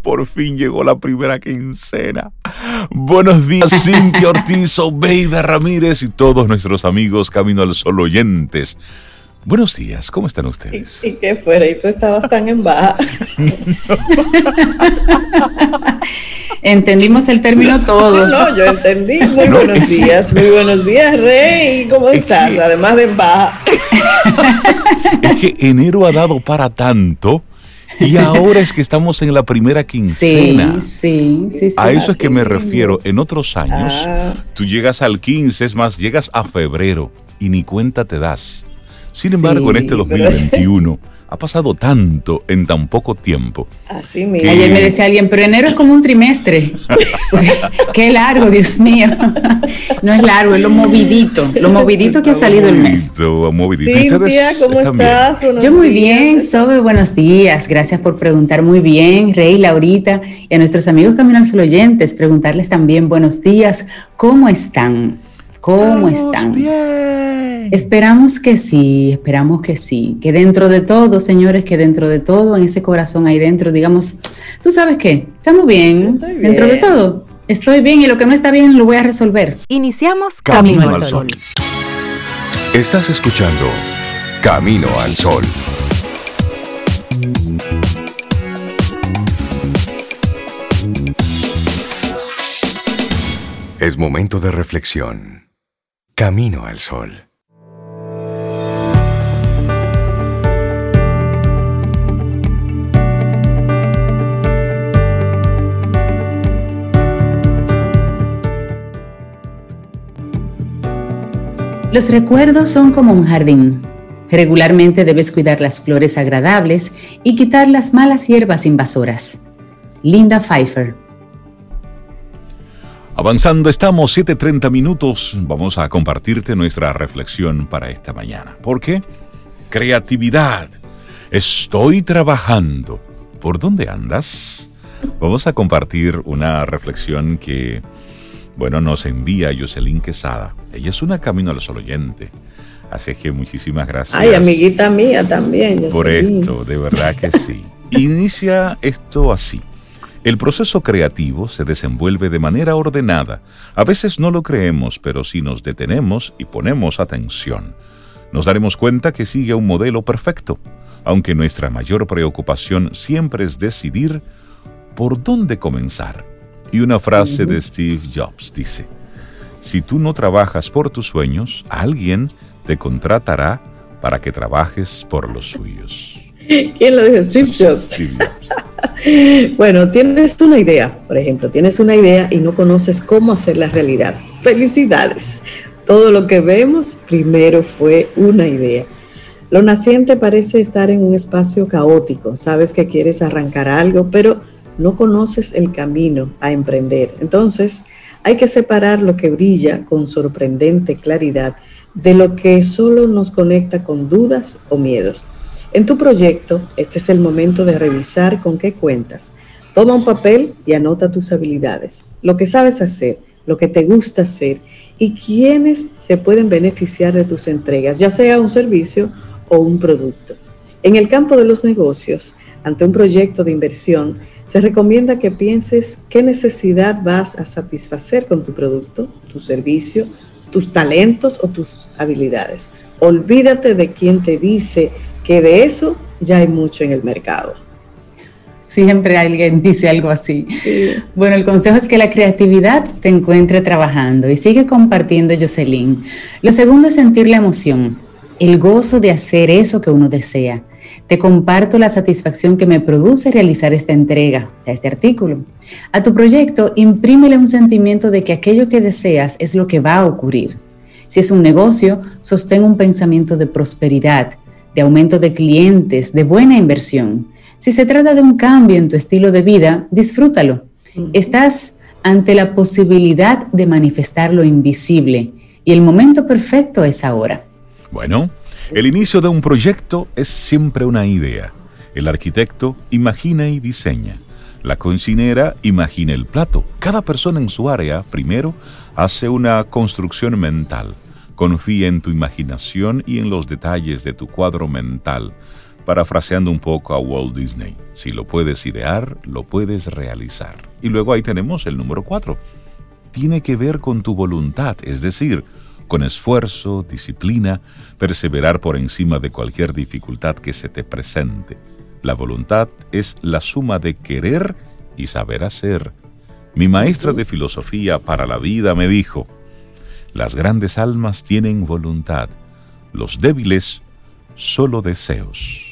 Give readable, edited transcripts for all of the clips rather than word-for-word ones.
Por fin llegó la primera quincena. Buenos días, Cintia Ortiz, Obeida Ramírez y todos nuestros amigos Camino al Sol oyentes. Buenos días, ¿cómo están ustedes? Y que fuera, y tú estabas tan en baja. Entendimos el término todos. Sí, no, yo entendí. Muy buenos días, Rey. ¿Cómo estás? Además de en baja. Es que enero ha dado para tanto y ahora es que estamos en la primera quincena. Sí. A eso es que me refiero. En otros años, tú llegas al 15, es más, llegas a febrero y ni cuenta te das. Sin embargo, en este 2021 ha pasado tanto en tan poco tiempo. Así mismo. Ayer me decía alguien, pero enero es como un trimestre. Qué largo, Dios mío. No es largo, es lo movidito que ha salido el mes. Cintia, ¿cómo estás? Yo muy bien, Sobe, buenos días. Gracias por preguntar muy bien, Rey, Laurita, y a nuestros amigos Camino al Sol oyentes, preguntarles también buenos días, ¿cómo están? ¿Cómo están? Bien. Esperamos que sí, que dentro de todo, señores, que dentro de todo, en ese corazón ahí dentro, digamos, ¿tú sabes qué? Estamos bien, dentro de todo, estoy bien y lo que no está bien lo voy a resolver. Iniciamos Camino al Sol. Estás escuchando Camino al Sol. Es momento de reflexión. Camino al Sol. Los recuerdos son como un jardín. Regularmente debes cuidar las flores agradables y quitar las malas hierbas invasoras. Linda Pfeiffer. Avanzando, estamos 7:30 minutos. Vamos a compartirte nuestra reflexión para esta mañana. ¿Por qué? Creatividad. Estoy trabajando. ¿Por dónde andas? Vamos a compartir una reflexión que, nos envía Jocelyn Quesada. Ella es una Camino al Sol oyente. Así que muchísimas gracias. Ay, amiguita mía también. Jocelyn. Por esto, de verdad que sí. Inicia esto así. El proceso creativo se desenvuelve de manera ordenada. A veces no lo creemos, pero si nos detenemos y ponemos atención, nos daremos cuenta que sigue un modelo perfecto, aunque nuestra mayor preocupación siempre es decidir por dónde comenzar. Y una frase de Steve Jobs dice: si tú no trabajas por tus sueños, alguien te contratará para que trabajes por los suyos. ¿Quién lo dijo? Steve Jobs. Steve Jobs. Bueno, tienes una idea, por ejemplo, y no conoces cómo hacerla realidad. ¡Felicidades! Todo lo que vemos primero fue una idea. Lo naciente parece estar en un espacio caótico. Sabes que quieres arrancar algo, pero no conoces el camino a emprender. Entonces, hay que separar lo que brilla con sorprendente claridad de lo que solo nos conecta con dudas o miedos. En tu proyecto, este es el momento de revisar con qué cuentas. Toma un papel y anota tus habilidades, lo que sabes hacer, lo que te gusta hacer y quiénes se pueden beneficiar de tus entregas, ya sea un servicio o un producto. En el campo de los negocios, ante un proyecto de inversión, se recomienda que pienses qué necesidad vas a satisfacer con tu producto, tu servicio, tus talentos o tus habilidades. Olvídate de quien te dice que de eso ya hay mucho en el mercado. Siempre alguien dice algo así. Sí. Bueno, el consejo es que la creatividad te encuentre trabajando y sigue compartiendo, Jocelyn. Lo segundo es sentir la emoción, el gozo de hacer eso que uno desea. Te comparto la satisfacción que me produce realizar esta entrega, o sea, este artículo. A tu proyecto, imprímele un sentimiento de que aquello que deseas es lo que va a ocurrir. Si es un negocio, sostén un pensamiento de prosperidad, de aumento de clientes, de buena inversión. Si se trata de un cambio en tu estilo de vida, disfrútalo. Estás ante la posibilidad de manifestar lo invisible y el momento perfecto es ahora. Bueno, el inicio de un proyecto es siempre una idea. El arquitecto imagina y diseña. La cocinera imagina el plato. Cada persona en su área primero hace una construcción mental. Confía en tu imaginación y en los detalles de tu cuadro mental parafraseando un poco a Walt Disney. Si lo puedes idear, lo puedes realizar. Y luego ahí tenemos el número 4. Tiene que ver con tu voluntad, es decir, con esfuerzo, disciplina, perseverar por encima de cualquier dificultad que se te presente. La voluntad es la suma de querer y saber hacer. Mi maestra de filosofía para la vida me dijo: las grandes almas tienen voluntad, los débiles solo deseos.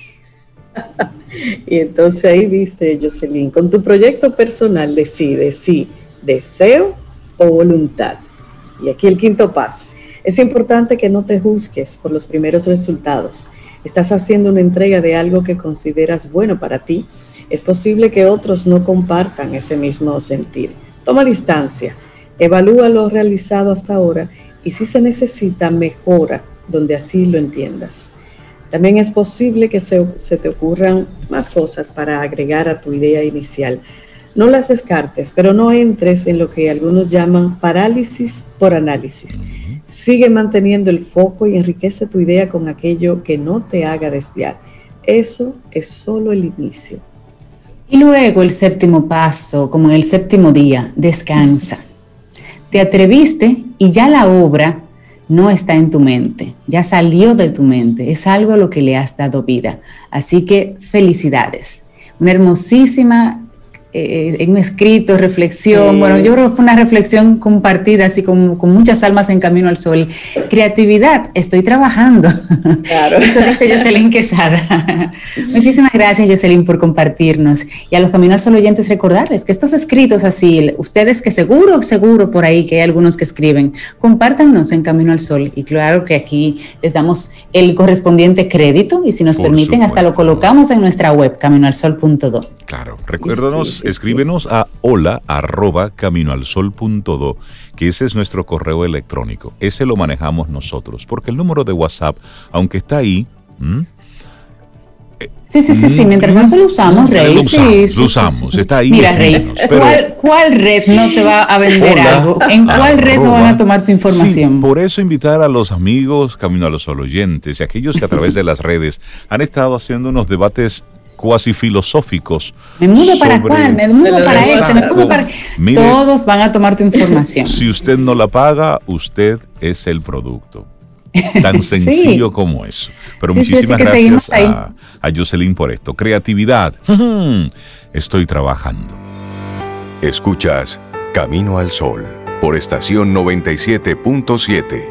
Y entonces ahí dice Jocelyn, con tu proyecto personal decide si deseo o voluntad. Y aquí el quinto paso. Es importante que no te juzgues por los primeros resultados. Estás haciendo una entrega de algo que consideras bueno para ti. Es posible que otros no compartan ese mismo sentir. Toma distancia, evalúa lo realizado hasta ahora y si se necesita, mejora donde así lo entiendas. También es posible que se te ocurran más cosas para agregar a tu idea inicial. No las descartes, pero no entres en lo que algunos llaman parálisis por análisis. Sigue manteniendo el foco y enriquece tu idea con aquello que no te haga desviar. Eso es solo el inicio. Y luego el séptimo paso, como en el séptimo día, descansa. Te atreviste y ya la obra no está en tu mente, ya salió de tu mente, es algo a lo que le has dado vida. Así que felicidades. Una hermosísima en un escrito, reflexión, bueno, yo creo que fue una reflexión compartida, así con muchas almas en Camino al Sol. Creatividad, estoy trabajando. Claro. Eso dice Jocelyn Quesada. Muchísimas gracias, Jocelyn, por compartirnos. Y a los Camino al Sol oyentes recordarles que estos escritos así, ustedes que seguro por ahí que hay algunos que escriben, compártanos en Camino al Sol. Y claro que aquí les damos el correspondiente crédito y si nos permiten, hasta lo colocamos en nuestra web, caminoalsol.do. Claro, recuérdanos, escríbenos a hola@caminoalsol.do, que ese es nuestro correo electrónico. Ese lo manejamos nosotros, porque el número de WhatsApp, aunque está ahí... Sí, mientras tanto lo usamos, Rey. Lo usamos, está ahí. Mira, Rey, pero... ¿cuál red no te va a vender algo? ¿En cuál red no van a tomar tu información? Sí, por eso invitar a los amigos Camino al Sol oyentes y aquellos que a través de las redes han estado haciendo unos debates cuasi filosóficos. ¿Me mudo para cuál? ¿Me mudo para este? ¿Me mudo para...? Mire, todos van a tomar tu información. Si usted no la paga, usted es el producto. Tan sencillo como eso. Pero muchísimas gracias a Jocelyn por esto. Creatividad. Estoy trabajando. Escuchas Camino al Sol por estación 97.7.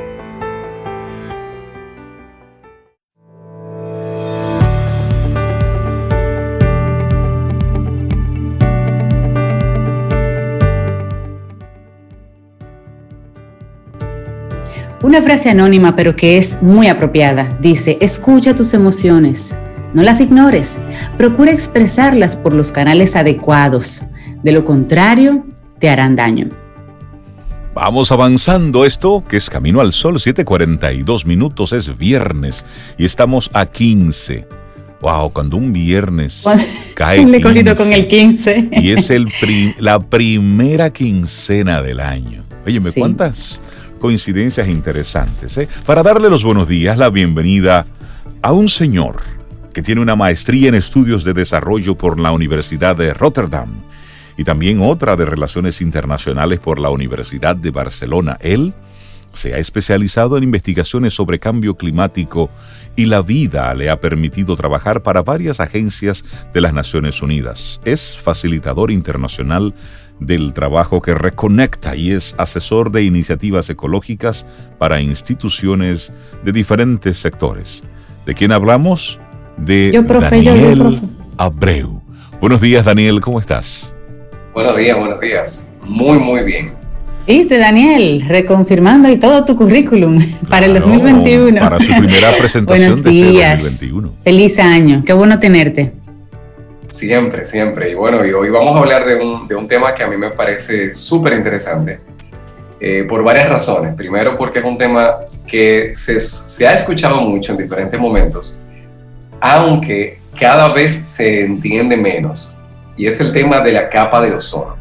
Una frase anónima, pero que es muy apropiada. Dice: escucha tus emociones, no las ignores. Procura expresarlas por los canales adecuados. De lo contrario, te harán daño. Vamos avanzando, esto que es Camino al Sol, 7:42 minutos, es viernes y estamos a 15. Wow, cuando un viernes cae 15, con el 15. Y es la primera quincena del año. Óyeme, sí. ¿Cuántas coincidencias interesantes, para darle los buenos días, la bienvenida a un señor que tiene una maestría en estudios de desarrollo por la Universidad de Rotterdam y también otra de Relaciones Internacionales por la Universidad de Barcelona. Él se ha especializado en investigaciones sobre cambio climático y la vida le ha permitido trabajar para varias agencias de las Naciones Unidas. Es facilitador internacional del trabajo que reconecta y es asesor de iniciativas ecológicas para instituciones de diferentes sectores. ¿De quién hablamos? De Daniel Abreu. Buenos días, Daniel, ¿cómo estás? Buenos días. Muy bien. ¿Viste, Daniel? Reconfirmando y todo tu currículum para el 2021. Para su primera presentación de este 2021. Feliz año, qué bueno tenerte. Siempre. Y bueno, y hoy vamos a hablar de un tema que a mí me parece súper interesante por varias razones. Primero, porque es un tema que se ha escuchado mucho en diferentes momentos, aunque cada vez se entiende menos, y es el tema de la capa de ozono.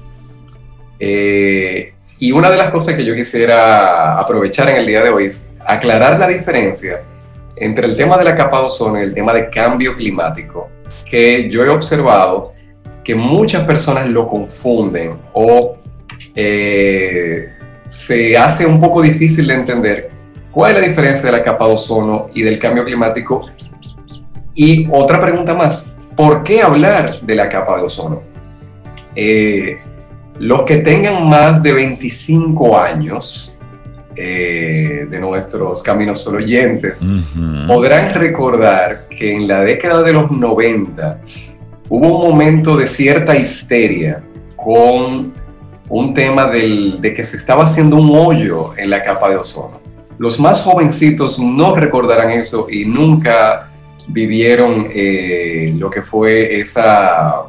Y una de las cosas que yo quisiera aprovechar en el día de hoy es aclarar la diferencia entre el tema de la capa de ozono y el tema de cambio climático, que yo he observado que muchas personas lo confunden o se hace un poco difícil de entender cuál es la diferencia de la capa de ozono y del cambio climático. Y otra pregunta más, ¿por qué hablar de la capa de ozono? Los que tengan más de 25 años de nuestros Camino Sol oyentes podrán recordar que en la década de los 90 hubo un momento de cierta histeria con un tema de que se estaba haciendo un hoyo en la capa de ozono. Los más jovencitos no recordarán eso y nunca vivieron lo que fue esa...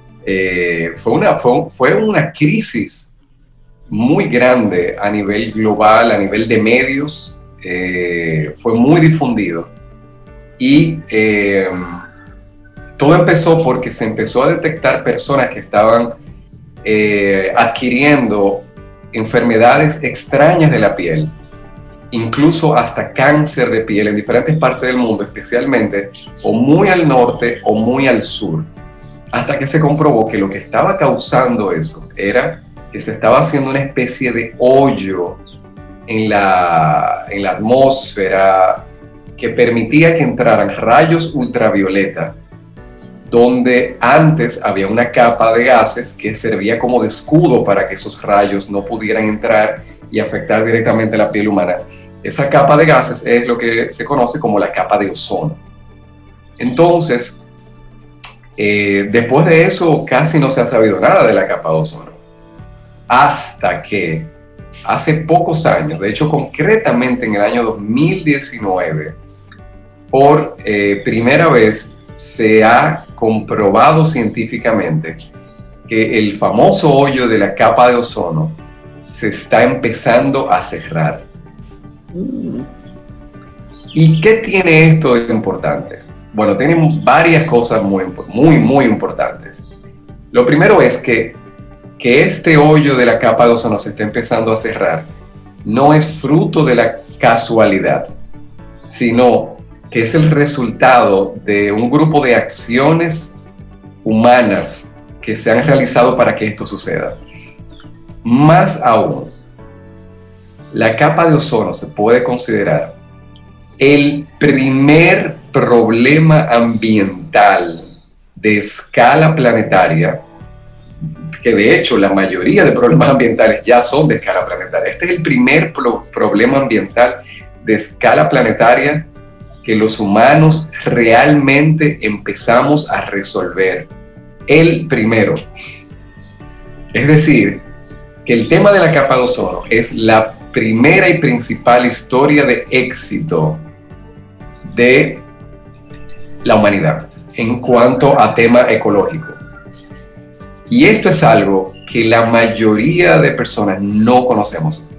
fue una crisis muy grande a nivel global, a nivel de medios, fue muy difundido y todo empezó porque se empezó a detectar personas que estaban adquiriendo enfermedades extrañas de la piel, incluso hasta cáncer de piel en diferentes partes del mundo, especialmente o muy al norte o muy al sur, hasta que se comprobó que lo que estaba causando eso era que se estaba haciendo una especie de hoyo en la atmósfera que permitía que entraran rayos ultravioleta, donde antes había una capa de gases que servía como de escudo para que esos rayos no pudieran entrar y afectar directamente la piel humana. Esa capa de gases es lo que se conoce como la capa de ozono. Entonces, después de eso casi no se ha sabido nada de la capa de ozono. Hasta que hace pocos años, de hecho concretamente en el año 2019, por primera vez se ha comprobado científicamente que el famoso hoyo de la capa de ozono se está empezando a cerrar. ¿Y qué tiene esto de importante? Bueno, tiene varias cosas muy importantes. Lo primero es que este hoyo de la capa de ozono se está empezando a cerrar no es fruto de la casualidad, sino que es el resultado de un grupo de acciones humanas que se han realizado para que esto suceda. Más aún, la capa de ozono se puede considerar el primer problema ambiental de escala planetaria, que de hecho la mayoría de problemas ambientales ya son de escala planetaria. Este es el primer problema ambiental de escala planetaria que los humanos realmente empezamos a resolver. El primero. Es decir, que el tema de la capa de ozono es la primera y principal historia de éxito de la humanidad en cuanto a tema ecológico. Y esto es algo que la mayoría de personas no conocemos.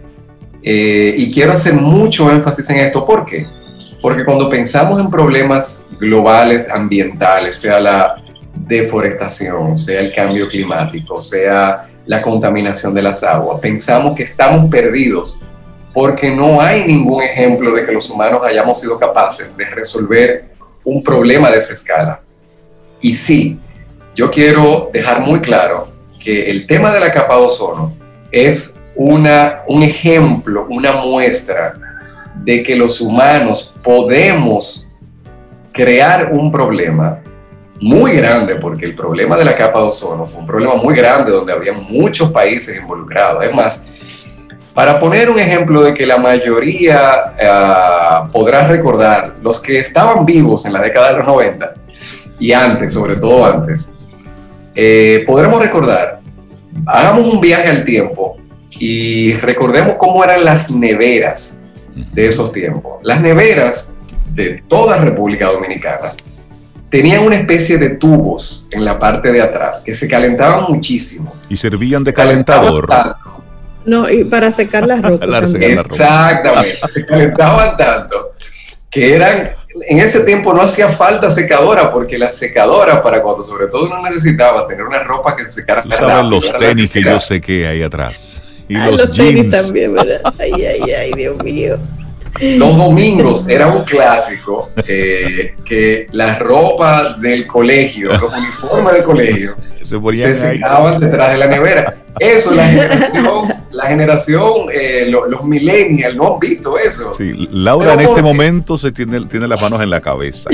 Y quiero hacer mucho énfasis en esto. ¿Por qué? Porque cuando pensamos en problemas globales ambientales, sea la deforestación, sea el cambio climático, sea la contaminación de las aguas, pensamos que estamos perdidos porque no hay ningún ejemplo de que los humanos hayamos sido capaces de resolver un problema de esa escala. Y sí, yo quiero dejar muy claro que el tema de la capa de ozono es un ejemplo, una muestra de que los humanos podemos crear un problema muy grande, porque el problema de la capa de ozono fue un problema muy grande donde había muchos países involucrados. Es más, para poner un ejemplo de que la mayoría podrá recordar, los que estaban vivos en la década de los 90 y antes, sobre todo antes, podremos recordar, hagamos un viaje al tiempo y recordemos cómo eran las neveras de esos tiempos. Las neveras de toda República Dominicana tenían una especie de tubos en la parte de atrás que se calentaban muchísimo. Y servían de calentador. No, y para secar la ropa. Exactamente. Se calentaban tanto que eran... En ese tiempo no hacía falta secadora, porque la secadora, para cuando sobre todo uno necesitaba tener una ropa que se secara rápido. Los tenis que yo sequé ahí atrás. Y los tenis también, ¿verdad? Ay, Dios mío. Los domingos era un clásico que las ropas del colegio, los uniformes del colegio, se secaban detrás de la nevera. Eso, la generación, los millennials no han visto eso. Sí, Laura en este momento tiene las manos en la cabeza.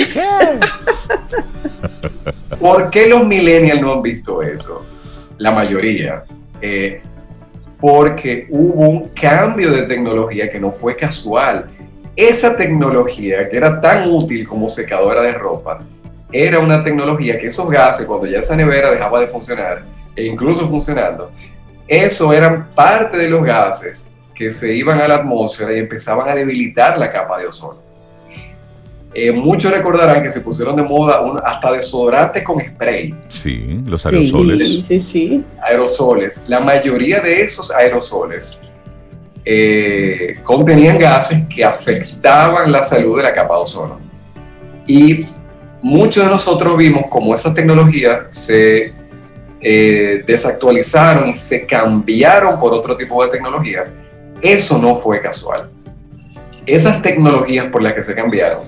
¿Por qué los millennials no han visto eso? La mayoría. Porque hubo un cambio de tecnología que no fue casual. Esa tecnología, que era tan útil como secadora de ropa, era una tecnología que esos gases, cuando ya esa nevera dejaba de funcionar, e incluso funcionando, eso eran parte de los gases que se iban a la atmósfera y empezaban a debilitar la capa de ozono. Muchos recordarán que se pusieron de moda hasta desodorantes con spray. Sí, los aerosoles. Sí. Aerosoles. La mayoría de esos aerosoles contenían gases que afectaban la salud de la capa de ozono. Y muchos de nosotros vimos cómo esas tecnologías se desactualizaron y se cambiaron por otro tipo de tecnología. Eso no fue casual. Esas tecnologías por las que se cambiaron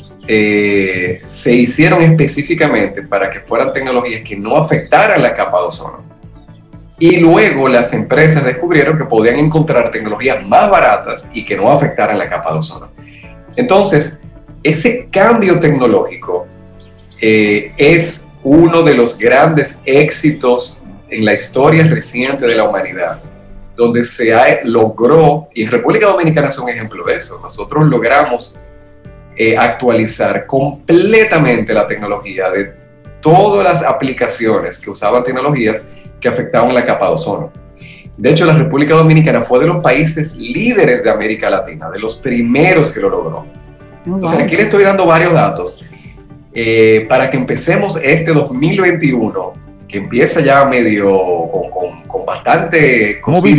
se hicieron específicamente para que fueran tecnologías que no afectaran la capa de ozono. Y luego las empresas descubrieron que podían encontrar tecnologías más baratas y que no afectaran la capa de ozono. Entonces, ese cambio tecnológico es uno de los grandes éxitos en la historia reciente de la humanidad, donde se logró, y República Dominicana es un ejemplo de eso. Nosotros logramos actualizar completamente la tecnología de todas las aplicaciones que usaban tecnologías que afectaban la capa de ozono. De hecho, la República Dominicana fue de los países líderes de América Latina, de los primeros que lo logró. Entonces, aquí le estoy dando varios datos para que empecemos este 2021, que empieza ya medio con bastante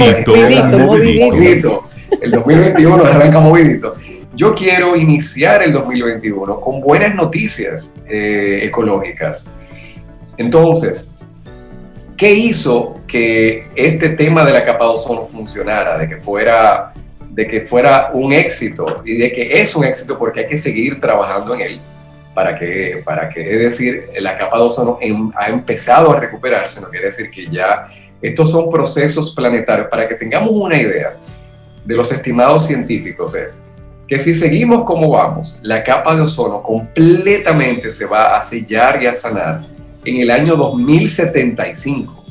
movidito. El 2021 arranca movidito. Yo quiero iniciar el 2021 con buenas noticias ecológicas. Entonces, ¿qué hizo que este tema de la capa de ozono funcionara, de que fuera un éxito? Y de que es un éxito porque hay que seguir trabajando en él para que es decir, la capa de ozono ha empezado a recuperarse. No quiere decir que ya estos son procesos planetarios. Para que tengamos una idea de los estimados científicos, es que si seguimos como vamos, la capa de ozono completamente se va a sellar y a sanar en el año 2075,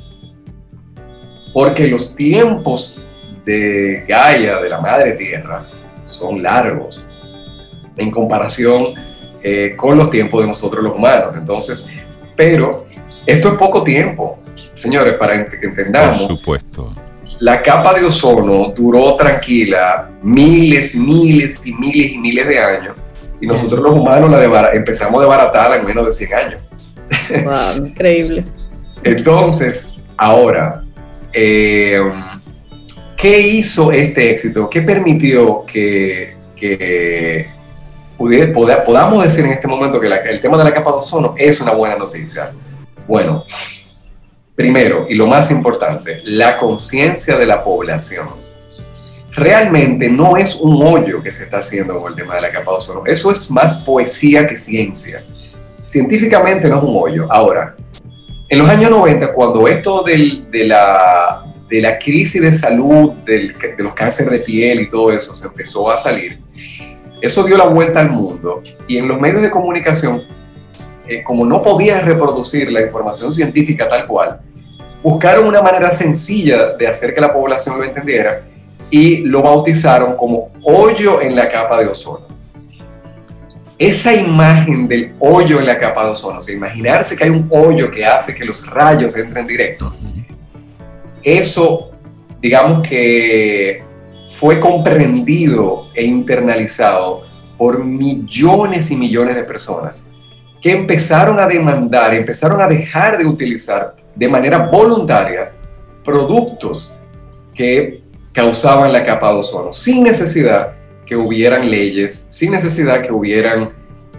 porque los tiempos de Gaia, de la Madre Tierra, son largos en comparación con los tiempos de nosotros los humanos. Entonces, pero esto es poco tiempo, señores, para que entendamos. Por supuesto. La capa de ozono duró tranquila miles de años, y nosotros los humanos empezamos a desbaratarla en menos de 100 años. Wow, increíble. Entonces, ahora, ¿qué hizo este éxito? ¿Qué permitió que podamos decir en este momento que el tema de la capa de ozono es una buena noticia? Bueno, primero, y lo más importante, la conciencia de la población. Realmente no es un hoyo que se está haciendo con el tema de la capa de ozono. Eso es más poesía que ciencia. Científicamente no es un hoyo. Ahora, en los años 90, cuando esto de la crisis de salud, de los cánceres de piel y todo eso se empezó a salir, eso dio la vuelta al mundo, y en los medios de comunicación, como no podían reproducir la información científica tal cual, buscaron una manera sencilla de hacer que la población lo entendiera y lo bautizaron como hoyo en la capa de ozono. Esa imagen del hoyo en la capa de ozono, o sea, imaginarse que hay un hoyo que hace que los rayos entren directo, eso, digamos que fue comprendido e internalizado por millones y millones de personas que empezaron a demandar, empezaron a dejar de utilizar de manera voluntaria productos que causaban la capa de ozono, sin necesidad que hubieran leyes, sin necesidad que hubieran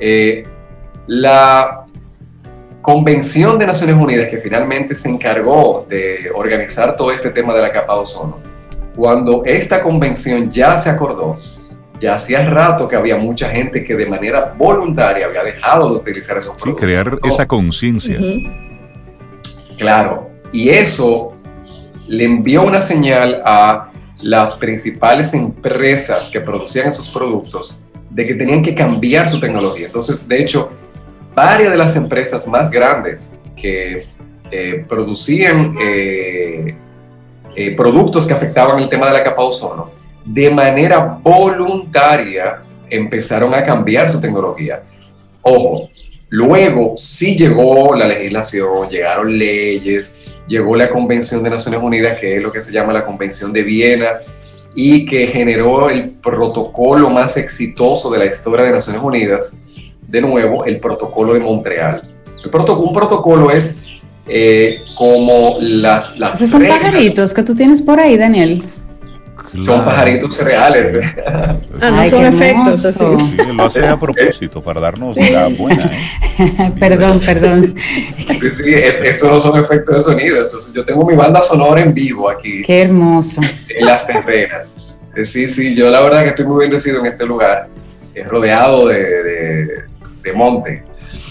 la Convención de Naciones Unidas, que finalmente se encargó de organizar todo este tema de la capa de ozono. Cuando esta convención ya se acordó, ya hacía rato que había mucha gente que de manera voluntaria había dejado de utilizar esos productos. Sí, crear esa conciencia. Claro, y eso le envió una señal a las principales empresas que producían esos productos de que tenían que cambiar su tecnología. Entonces, de hecho, varias de las empresas más grandes que producían productos que afectaban el tema de la capa de ozono, de manera voluntaria empezaron a cambiar su tecnología. Ojo, luego sí llegó la legislación, llegaron leyes, llegó la Convención de Naciones Unidas, que es lo que se llama la Convención de Viena, y que generó el protocolo más exitoso de la historia de Naciones Unidas, de nuevo, el Protocolo de Montreal. Un protocolo es como las esos son reglas. pajaritos que tú tienes por ahí, Daniel. Son pajaritos reales. No son efectos así. Sí, lo hace a propósito para darnos la buena. Perdón. Sí, estos no son efectos de sonido. Entonces, yo tengo mi banda sonora en vivo aquí. Qué hermoso. En las terrenas. Sí, yo la verdad que estoy muy bendecido en este lugar, rodeado de monte.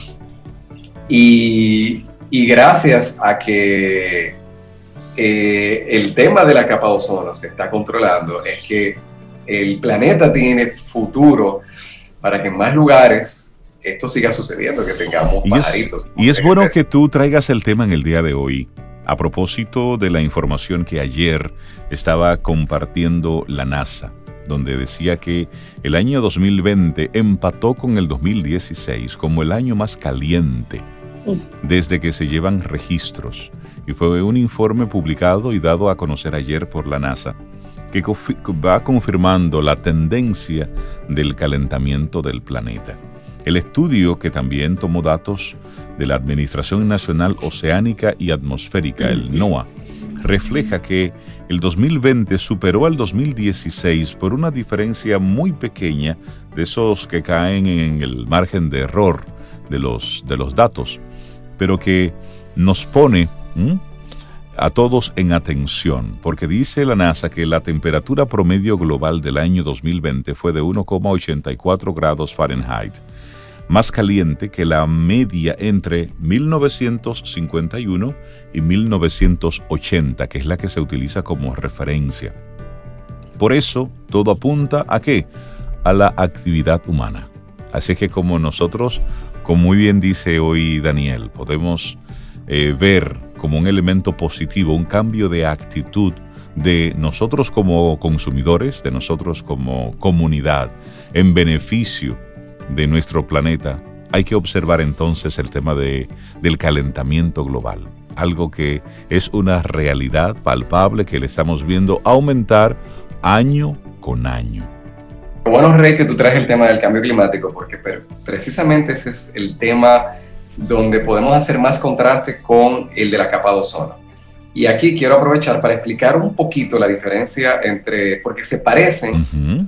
Y gracias a que el tema de la capa de ozono se está controlando, es que el planeta tiene futuro para que en más lugares esto siga sucediendo, que tengamos pajaritos. Y es bueno que tú traigas el tema en el día de hoy, a propósito de la información que ayer estaba compartiendo la NASA, donde decía que el año 2020 empató con el 2016 como el año más caliente desde que se llevan registros. Y fue un informe publicado y dado a conocer ayer por la NASA que va confirmando la tendencia del calentamiento del planeta. El estudio, que también tomó datos de la Administración Nacional Oceánica y Atmosférica, el NOAA, refleja que el 2020 superó al 2016 por una diferencia muy pequeña de esos que caen en el margen de error de los datos, pero que nos pone a todos en atención, porque dice la NASA que la temperatura promedio global del año 2020 fue de 1,84 grados Fahrenheit, más caliente que la media entre 1951 y 1980, que es la que se utiliza como referencia. Por eso, todo apunta ¿a qué? A la actividad humana. Así que como nosotros, como muy bien dice hoy Daniel, podemos ver como un elemento positivo, un cambio de actitud de nosotros como consumidores, de nosotros como comunidad, en beneficio de nuestro planeta. Hay que observar entonces el tema del calentamiento global, algo que es una realidad palpable que le estamos viendo aumentar año con año. Bueno, Rey, que tú traes el tema del cambio climático, porque precisamente ese es el tema donde podemos hacer más contraste con el de la capa de ozono. Y aquí quiero aprovechar para explicar un poquito la diferencia porque se parecen,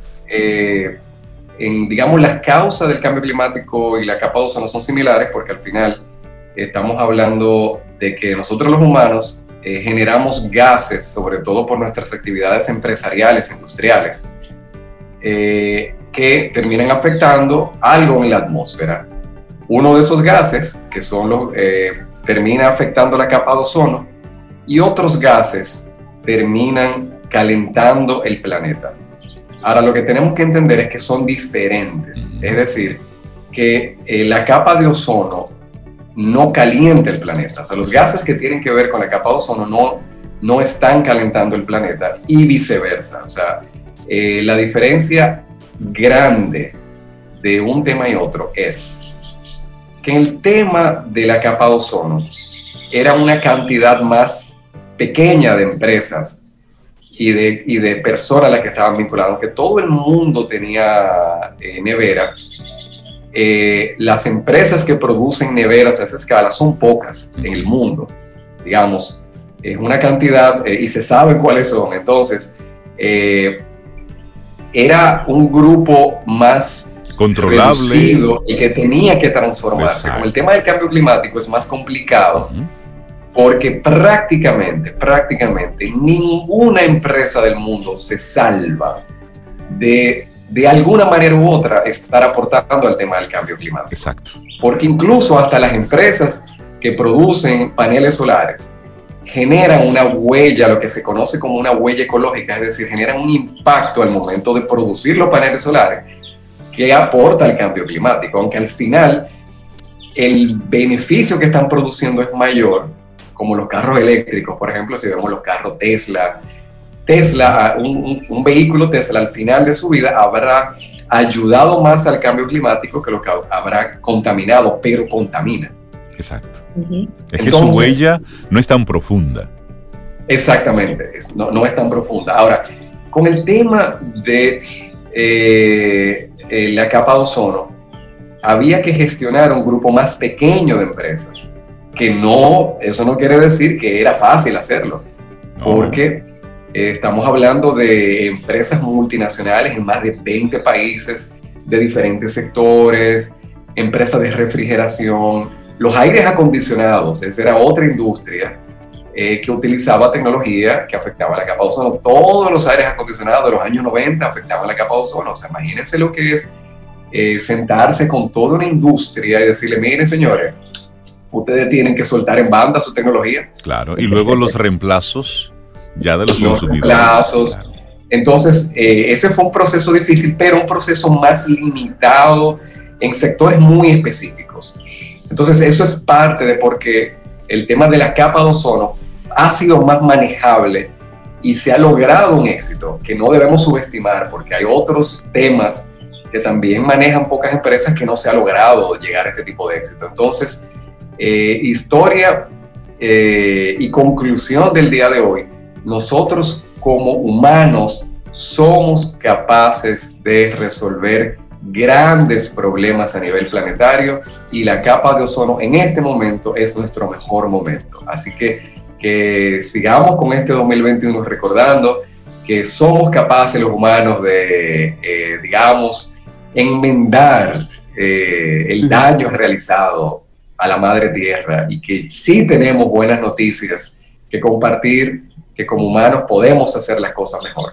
digamos, las causas del cambio climático y la capa de ozono son similares, porque al final estamos hablando de que nosotros los humanos generamos gases, sobre todo por nuestras actividades empresariales, industriales, que terminan afectando algo en la atmósfera. Uno de esos gases, que son termina afectando la capa de ozono, y otros gases terminan calentando el planeta. Ahora, lo que tenemos que entender es que son diferentes, es decir, que la capa de ozono no calienta el planeta. O sea, los gases que tienen que ver con la capa de ozono no están calentando el planeta, y viceversa. O sea, la diferencia grande de un tema y otro es que en el tema de la capa de ozono era una cantidad más pequeña de empresas y de personas a las que estaban vinculadas. Aunque todo el mundo tenía nevera, las empresas que producen neveras a esa escala son pocas en el mundo, digamos, es una cantidad y se sabe cuáles son. Entonces, era un grupo más controlable y que tenía que transformarse. Exacto. Como el tema del cambio climático es más complicado, porque prácticamente ninguna empresa del mundo se salva de de alguna manera u otra estar aportando al tema del cambio climático. Exacto. Porque incluso hasta las empresas que producen paneles solares generan una huella, lo que se conoce como una huella ecológica, es decir, generan un impacto al momento de producir los paneles solares que aporta al cambio climático, aunque al final el beneficio que están produciendo es mayor, como los carros eléctricos, por ejemplo, si vemos los carros Tesla, un vehículo Tesla al final de su vida habrá ayudado más al cambio climático que lo que habrá contaminado, pero contamina. Exacto. Ujú. Es que su huella no es tan profunda. Exactamente, no es tan profunda. Ahora, con el tema de la capa de ozono, había que gestionar un grupo más pequeño de empresas, eso no quiere decir que era fácil hacerlo, porque estamos hablando de empresas multinacionales en más de 20 países, de diferentes sectores, empresas de refrigeración, los aires acondicionados, esa era otra industria que utilizaba tecnología que afectaba la capa de ozono. Todos los aires acondicionados de los años 90 afectaban la capa de ozono. O sea, imagínense lo que es sentarse con toda una industria y decirle, miren señores, ustedes tienen que soltar en banda su tecnología. Claro, y luego los reemplazos ya de los consumidores. Reemplazos. Claro. Entonces, ese fue un proceso difícil, pero un proceso más limitado en sectores muy específicos. Entonces, eso es parte de por qué el tema de la capa de ozono ha sido más manejable y se ha logrado un éxito que no debemos subestimar, porque hay otros temas que también manejan pocas empresas que no se ha logrado llegar a este tipo de éxito. Entonces, historia y conclusión del día de hoy, nosotros como humanos somos capaces de resolver grandes problemas a nivel planetario y la capa de ozono en este momento es nuestro mejor momento. Así que sigamos con este 2021 recordando que somos capaces los humanos de, digamos, enmendar el daño realizado a la madre tierra y que sí tenemos buenas noticias que compartir, que como humanos podemos hacer las cosas mejor.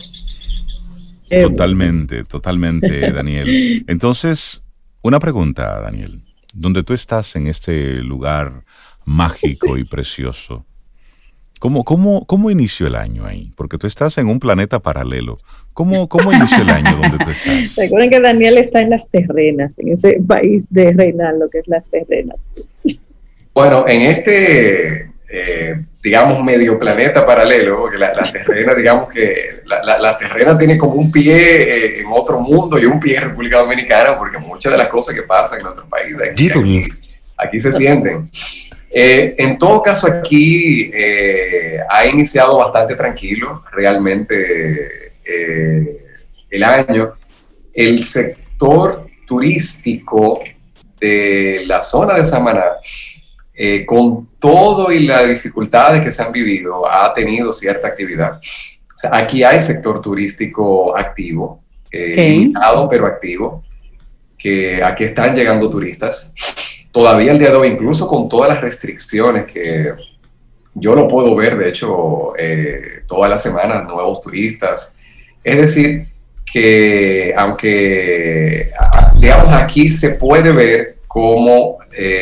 Totalmente, Daniel. Entonces, una pregunta, Daniel. Donde tú estás en este lugar mágico y precioso, ¿cómo inició el año ahí? Porque tú estás en un planeta paralelo. ¿Cómo inició el año donde tú estás? Recuerden que Daniel está en las terrenas, en ese país de Reinal, lo que es las terrenas. Bueno, en este... digamos medio planeta paralelo, porque la terrena, digamos que la terrena tiene como un pie en otro mundo y un pie en República Dominicana, porque muchas de las cosas que pasan en nuestros países aquí se sienten. En todo caso, aquí ha iniciado bastante tranquilo realmente el año. El sector turístico de la zona de Samaná, con todo y las dificultades que se han vivido, ha tenido cierta actividad. O sea, aquí hay sector turístico activo, limitado pero activo, que aquí están llegando turistas. Todavía el día de hoy, incluso con todas las restricciones que yo lo puedo ver, de hecho, todas las semanas, nuevos turistas. Es decir, que aunque, digamos, aquí se puede ver cómo...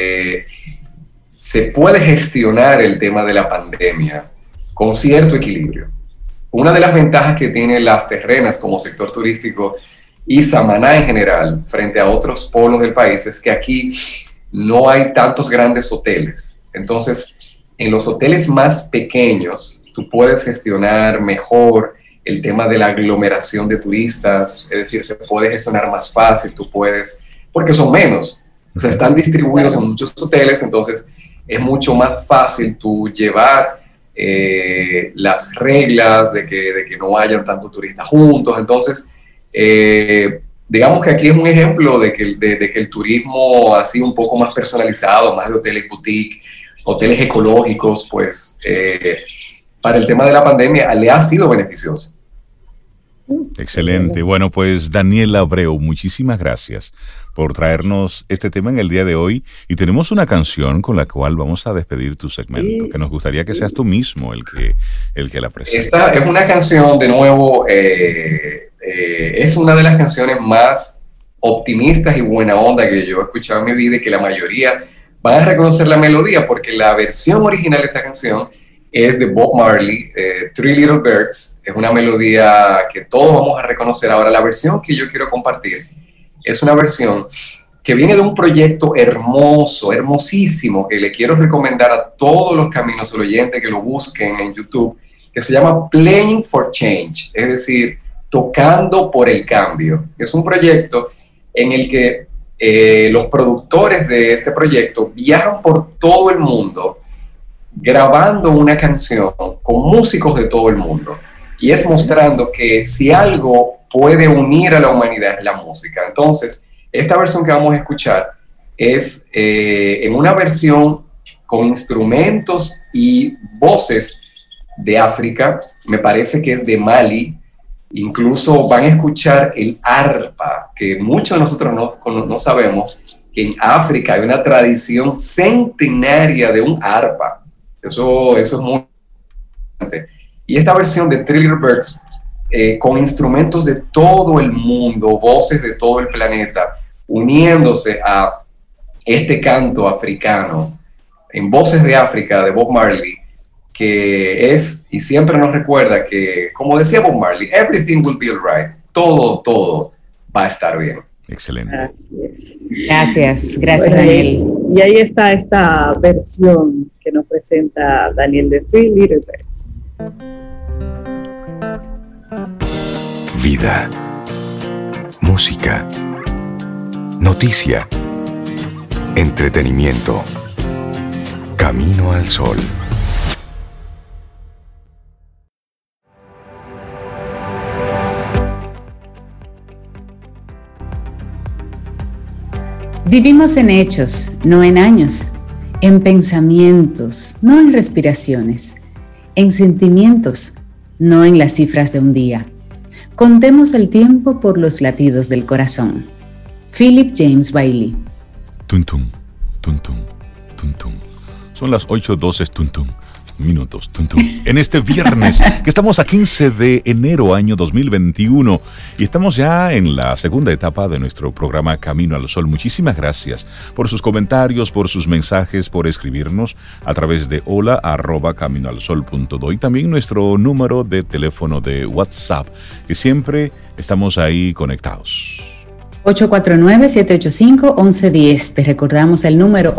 se puede gestionar el tema de la pandemia con cierto equilibrio. Una de las ventajas que tienen las terrenas como sector turístico y Samaná en general frente a otros polos del país es que aquí no hay tantos grandes hoteles. Entonces, en los hoteles más pequeños, tú puedes gestionar mejor el tema de la aglomeración de turistas, es decir, se puede gestionar más fácil, tú puedes, porque son menos, o sea, están distribuidos en muchos hoteles, entonces es mucho más fácil tú llevar las reglas de que no hayan tantos turistas juntos. Entonces, digamos que aquí es un ejemplo de que el turismo ha sido un poco más personalizado, más de hoteles boutique, hoteles ecológicos, pues para el tema de la pandemia le ha sido beneficioso. Excelente. Bueno, pues Daniela Abreu, muchísimas gracias por traernos este tema en el día de hoy. Y tenemos una canción con la cual vamos a despedir tu segmento, que nos gustaría que seas tú mismo el que la presente. Esta es una canción, de nuevo, es una de las canciones más optimistas y buena onda que yo he escuchado en mi vida, y que la mayoría van a reconocer la melodía, porque la versión original de esta canción es de Bob Marley, Three Little Birds. Es una melodía que todos vamos a reconocer. Ahora, la versión que yo quiero compartir es una versión que viene de un proyecto hermoso, hermosísimo, que le quiero recomendar a todos los Caminos al Oyente que lo busquen en YouTube, que se llama Playing for Change, es decir, tocando por el cambio. Es un proyecto en el que los productores de este proyecto viajan por todo el mundo grabando una canción con músicos de todo el mundo, y es mostrando que si algo puede unir a la humanidad es la música. Entonces, esta versión que vamos a escuchar es en una versión con instrumentos y voces de África, me parece que es de Mali. Incluso van a escuchar el arpa, que muchos de nosotros no sabemos que en África hay una tradición centenaria de un arpa. Eso es muy importante. Y esta versión de Three Little Birds, con instrumentos de todo el mundo, voces de todo el planeta, uniéndose a este canto africano, en Voces de África, de Bob Marley, que es, y siempre nos recuerda que, como decía Bob Marley, everything will be alright, todo va a estar bien. Excelente. Gracias, Bueno, Daniel. Y ahí está esta versión que nos presenta Daniel de Three Little Birds. Vida, música, noticia, entretenimiento. Camino al Sol. Vivimos en hechos, no en años, en pensamientos, no en respiraciones, en sentimientos, no en las cifras de un día. Contemos el tiempo por los latidos del corazón. Philip James Bailey. Tum, tum, tum, tum, tum, tum. Son las 8:12 tum, tum, minutos. Tum, tum. En este viernes, que estamos a 15 de enero año 2021, y estamos ya en la segunda etapa de nuestro programa Camino al Sol. Muchísimas gracias por sus comentarios, por sus mensajes, por escribirnos a través de hola@caminoalsol.do, y también nuestro número de teléfono de WhatsApp, que siempre estamos ahí conectados. 849-785-1110. Te recordamos el número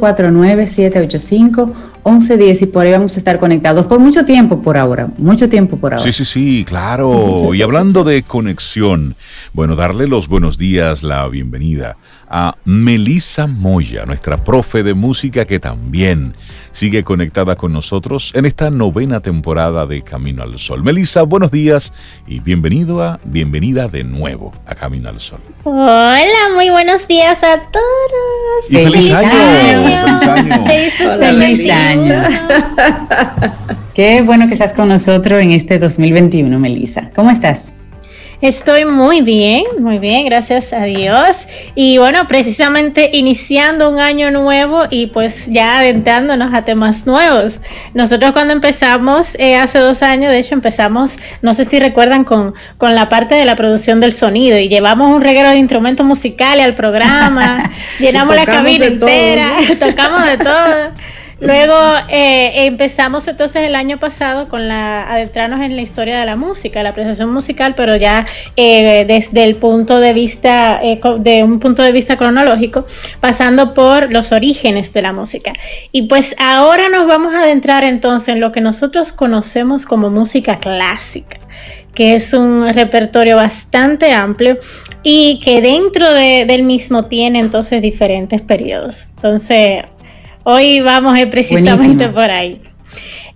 849-785-1110, y por ahí vamos a estar conectados por mucho tiempo por ahora. Sí, claro. Y hablando de conexión, bueno, darle los buenos días, la bienvenida a Melissa Moya, nuestra profe de música, que también sigue conectada con nosotros en esta 9ª temporada de Camino al Sol. Melissa, buenos días y bienvenida de nuevo a Camino al Sol. Hola, muy buenos días a todos. Y feliz año. Feliz año. Qué bueno que estás con nosotros en este 2021, Melissa. ¿Cómo estás? Estoy muy bien, gracias a Dios. Y bueno, precisamente iniciando un año nuevo y pues ya adentrándonos a temas nuevos. Nosotros cuando empezamos, hace 2 años, de hecho empezamos, no sé si recuerdan, con la parte de la producción del sonido, y llevamos un reguero de instrumentos musicales al programa, llenamos la cabina entera, tocamos de todo. Luego empezamos entonces el año pasado con adentrarnos en la historia de la música, la apreciación musical, pero ya desde el punto de vista, de un punto de vista cronológico, pasando por los orígenes de la música. Y pues ahora nos vamos a adentrar entonces en lo que nosotros conocemos como música clásica, que es un repertorio bastante amplio y que dentro del mismo tiene entonces diferentes periodos. Entonces, hoy vamos precisamente por ahí.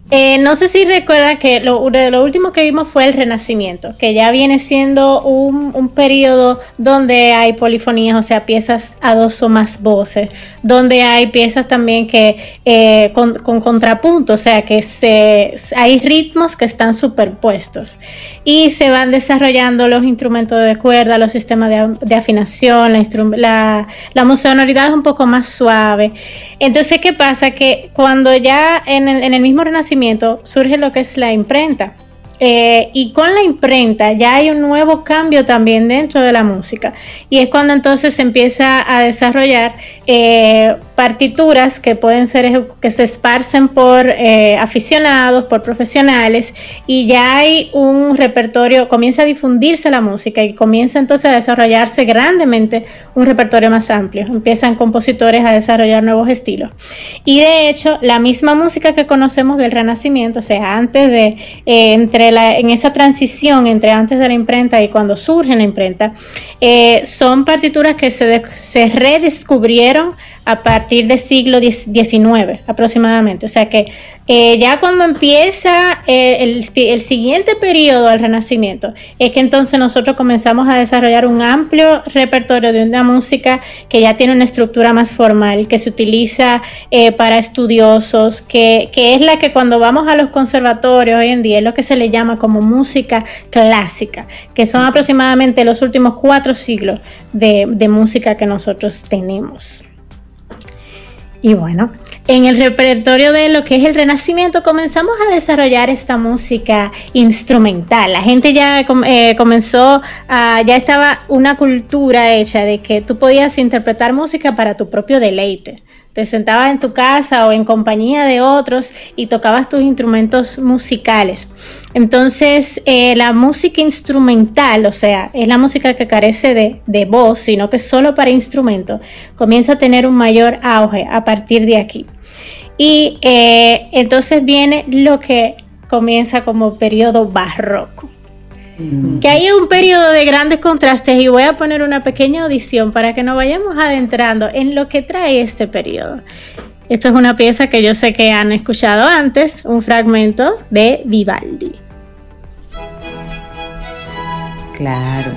No sé si recuerdan que lo último que vimos fue el Renacimiento, que ya viene siendo un periodo donde hay polifonías, o sea, piezas a dos o más voces, donde hay piezas también que con contrapunto, o sea, que hay ritmos que están superpuestos y se van desarrollando los instrumentos de cuerda, los sistemas de afinación, la sonoridad es un poco más suave. Entonces, ¿qué pasa? Que cuando ya en el mismo Renacimiento surge lo que es la imprenta. Y con la imprenta ya hay un nuevo cambio también dentro de la música, y es cuando entonces se empieza a desarrollar partituras que pueden ser, que se esparcen por aficionados, por profesionales, y ya hay un repertorio, comienza a difundirse la música y comienza entonces a desarrollarse grandemente un repertorio más amplio. Empiezan compositores a desarrollar nuevos estilos, y de hecho la misma música que conocemos del Renacimiento, o sea, antes de en esa transición entre antes de la imprenta y cuando surge la imprenta, son partituras que se redescubrieron a partir del siglo XIX aproximadamente. O sea que ya cuando empieza el siguiente periodo al Renacimiento, es que entonces nosotros comenzamos a desarrollar un amplio repertorio de una música que ya tiene una estructura más formal, que se utiliza para estudiosos, que es la que cuando vamos a los conservatorios hoy en día es lo que se le llama como música clásica, que son aproximadamente los últimos 4 siglos de música que nosotros tenemos. Y bueno, en el repertorio de lo que es el Renacimiento comenzamos a desarrollar esta música instrumental. La gente ya ya estaba una cultura hecha de que tú podías interpretar música para tu propio deleite. Te sentabas en tu casa o en compañía de otros y tocabas tus instrumentos musicales. Entonces, la música instrumental, o sea, es la música que carece de voz, sino que solo para instrumento, comienza a tener un mayor auge a partir de aquí. Y entonces viene lo que comienza como periodo barroco. Que hay un periodo de grandes contrastes, y voy a poner una pequeña audición para que nos vayamos adentrando en lo que trae este periodo. Esto es una pieza que yo sé que han escuchado antes, un fragmento de Vivaldi. Claro.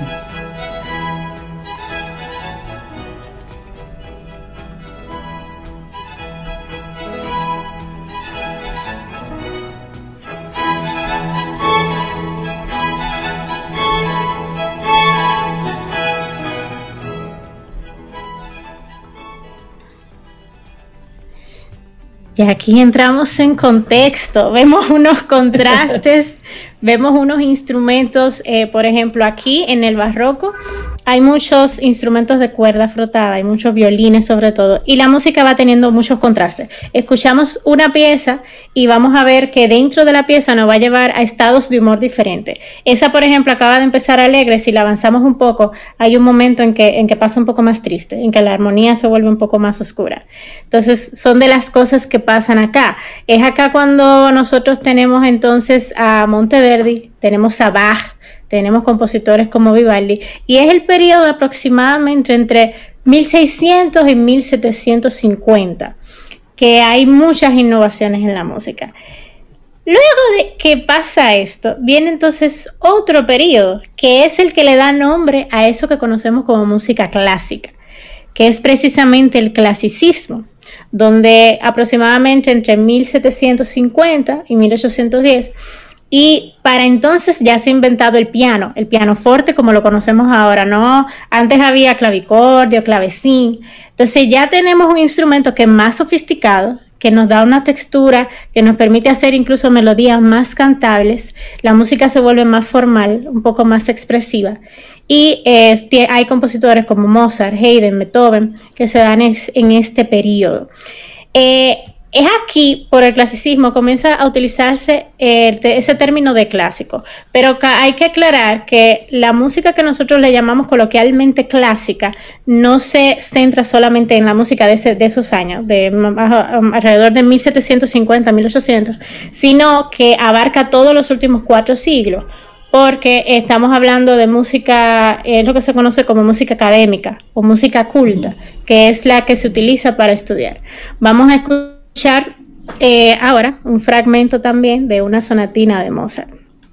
Y aquí entramos en contexto, vemos unos contrastes, vemos unos instrumentos, por ejemplo, aquí en el barroco hay muchos instrumentos de cuerda frotada, hay muchos violines sobre todo, y la música va teniendo muchos contrastes. Escuchamos una pieza y vamos a ver que dentro de la pieza nos va a llevar a estados de humor diferentes. Esa, por ejemplo, acaba de empezar alegre. Si la avanzamos un poco, hay un momento en que pasa un poco más triste, en que la armonía se vuelve un poco más oscura. Entonces, son de las cosas que pasan acá. Es acá cuando nosotros tenemos entonces a Monteverdi, tenemos a Bach, tenemos compositores como Vivaldi, y es el periodo aproximadamente entre 1600 y 1750, que hay muchas innovaciones en la música. Luego de que pasa esto, viene entonces otro periodo, que es el que le da nombre a eso que conocemos como música clásica, que es precisamente el clasicismo, donde aproximadamente entre 1750 y 1810, y para entonces ya se ha inventado el pianoforte como lo conocemos ahora, ¿no? Antes había clavicordio, clavecín. Entonces ya tenemos un instrumento que es más sofisticado, que nos da una textura, que nos permite hacer incluso melodías más cantables. La música se vuelve más formal, un poco más expresiva. Y hay compositores como Mozart, Haydn, Beethoven, que se dan en este periodo. Es aquí, por el clasicismo, comienza a utilizarse ese término de clásico, pero hay que aclarar que la música que nosotros le llamamos coloquialmente clásica no se centra solamente en la música de esos años, de alrededor de 1750, 1800, sino que abarca todos los últimos 4 siglos, porque estamos hablando de música, es lo que se conoce como música académica o música culta, que es la que se utiliza para estudiar. Vamos a escuchar ahora un fragmento también de una sonatina de Mozart.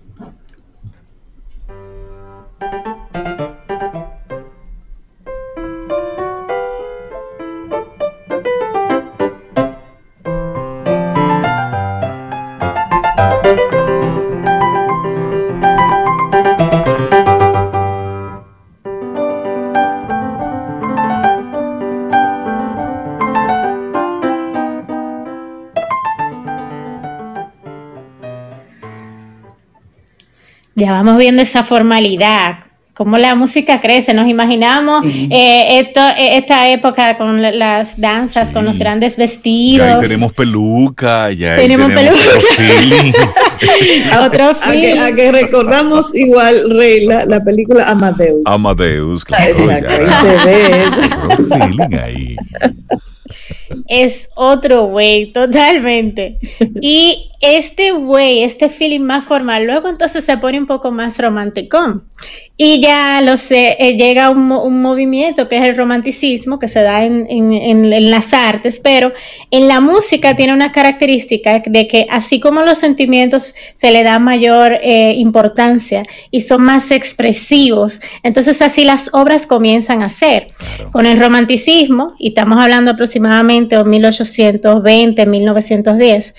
Ya vamos viendo esa formalidad, cómo la música crece. Nos imaginamos esta época con las danzas, con los grandes vestidos. Ya ahí tenemos peluca, ya tenemos otro feeling. Otro feeling. A que recordamos igual, Rey, la película Amadeus. Amadeus, claro. Exacto, ahí se ve. Otro feeling ahí. Es otro way, totalmente. Y este feeling más formal, luego entonces se pone un poco más romanticón. Y ya llega un movimiento que es el romanticismo, que se da en las artes, pero en la música tiene una característica de que así como los sentimientos se le da mayor importancia y son más expresivos, entonces así las obras comienzan a ser. Claro. Con el romanticismo, y estamos hablando aproximadamente de 1820, 1910,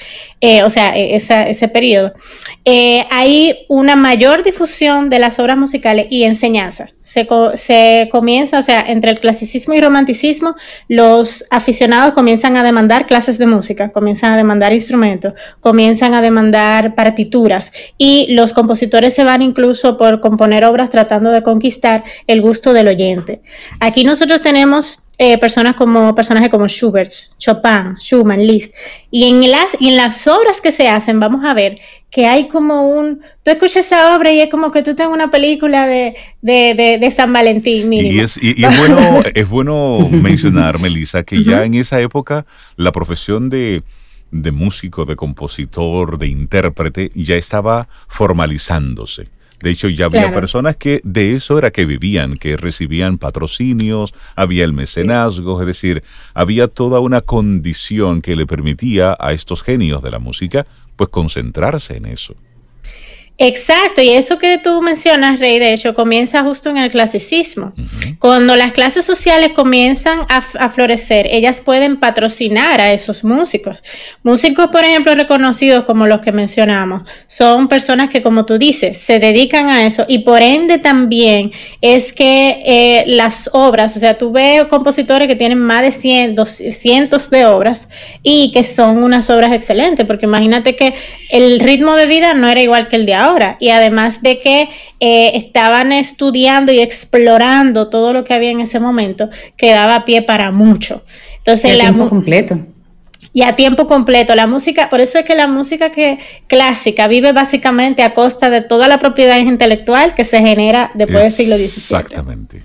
ese periodo, hay una mayor difusión de las obras musicales y enseñanza. Se comienza, entre el clasicismo y romanticismo, los aficionados comienzan a demandar clases de música, comienzan a demandar instrumentos, comienzan a demandar partituras, y los compositores se van incluso por componer obras tratando de conquistar el gusto del oyente. Aquí nosotros tenemos personajes como Schubert, Chopin, Schumann, Liszt, y en las obras que se hacen vamos a ver que hay como tú escuchas esa obra y es como que tú tengas una película de San Valentín mínimo. Y es bueno mencionar, Melissa, que ya en esa época la profesión de músico, de compositor, de intérprete ya estaba formalizándose. De hecho, ya había personas que de eso era que vivían, que recibían patrocinios, había el mecenazgo, es decir, había toda una condición que le permitía a estos genios de la música, pues, concentrarse en eso. Exacto, y eso que tú mencionas, Rey, de hecho, comienza justo en el clasicismo. Uh-huh. Cuando las clases sociales comienzan a florecer, ellas pueden patrocinar a esos músicos. Músicos, por ejemplo, reconocidos como los que mencionamos, son personas que, como tú dices, se dedican a eso, y por ende también es que las obras, tú ves compositores que tienen más de cientos de obras y que son unas obras excelentes, porque imagínate que el ritmo de vida no era igual que el de ahora. Y además de que estaban estudiando y explorando todo lo que había en ese momento, que daba pie para mucho. Entonces, y a tiempo completo. Y a tiempo completo. La música, por eso es que la música clásica vive básicamente a costa de toda la propiedad intelectual que se genera después del siglo XVII. Exactamente.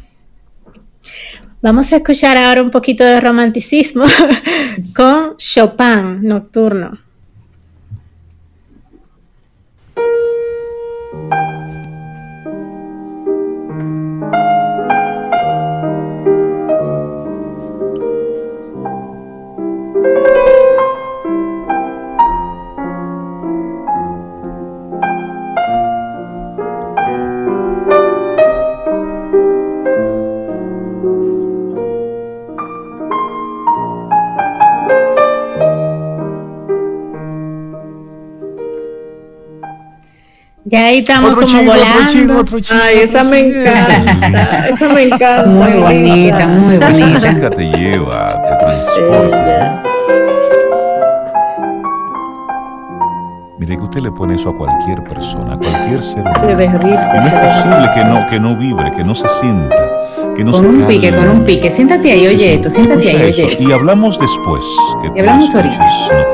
Vamos a escuchar ahora un poquito de romanticismo con Chopin, Nocturno. Ya ahí estamos otro como volando. Otro chico, ay, esa me encanta. Esa me encanta. Muy bonita, muy bonita. Esa música te lleva, te transporta. Mire que usted le pone eso a cualquier persona, a cualquier ser humano. Se derrite. Y no es posible que no vibre, que no se sienta, que no con se un calme. pique, con un pique. Siéntate ahí, oye esto, siéntate ahí, oye esto. Y hablamos después. Y hablamos ahorita.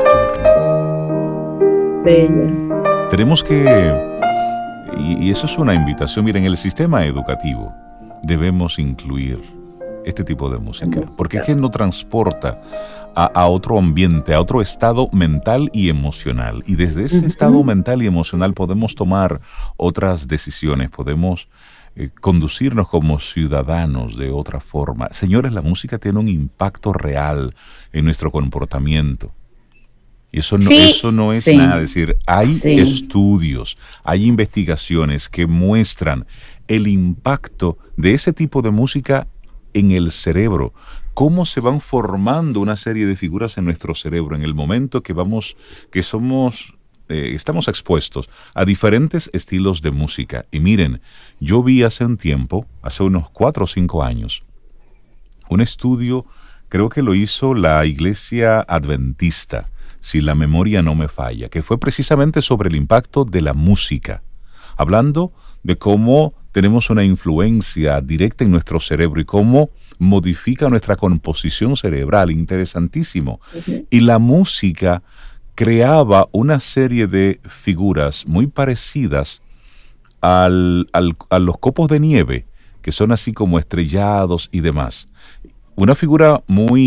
Bella. Tenemos que... Y eso es una invitación. Miren, en el sistema educativo debemos incluir este tipo de música, porque es que nos transporta a otro ambiente, a otro estado mental y emocional. Y desde ese estado mental y emocional podemos tomar otras decisiones, podemos conducirnos como ciudadanos de otra forma. Señores, la música tiene un impacto real en nuestro comportamiento. Y eso no, Sí. eso no es Sí. nada. Es decir, hay Sí. estudios, hay investigaciones que muestran el impacto de ese tipo de música en el cerebro, cómo se van formando una serie de figuras en nuestro cerebro en el momento que somos, estamos expuestos a diferentes estilos de música. Y miren, yo vi hace un tiempo, hace unos 4 o 5 años, un estudio, creo que lo hizo la Iglesia Adventista, si la memoria no me falla, que fue precisamente sobre el impacto de la música, hablando de cómo tenemos una influencia directa en nuestro cerebro y cómo modifica nuestra composición cerebral, interesantísimo. Y la música creaba una serie de figuras muy parecidas a los copos de nieve, que son así como estrellados y demás. Una figura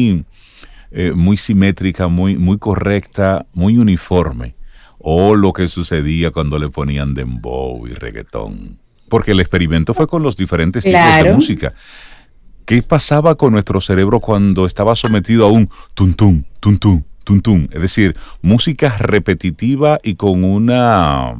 muy simétrica, muy correcta, muy uniforme. O lo que sucedía cuando le ponían dembow y reggaetón. Porque el experimento fue con los diferentes tipos de Claro. música. ¿Qué pasaba con nuestro cerebro cuando estaba sometido a un tum-tum, tum-tum, tum-tum? Es decir, música repetitiva y con una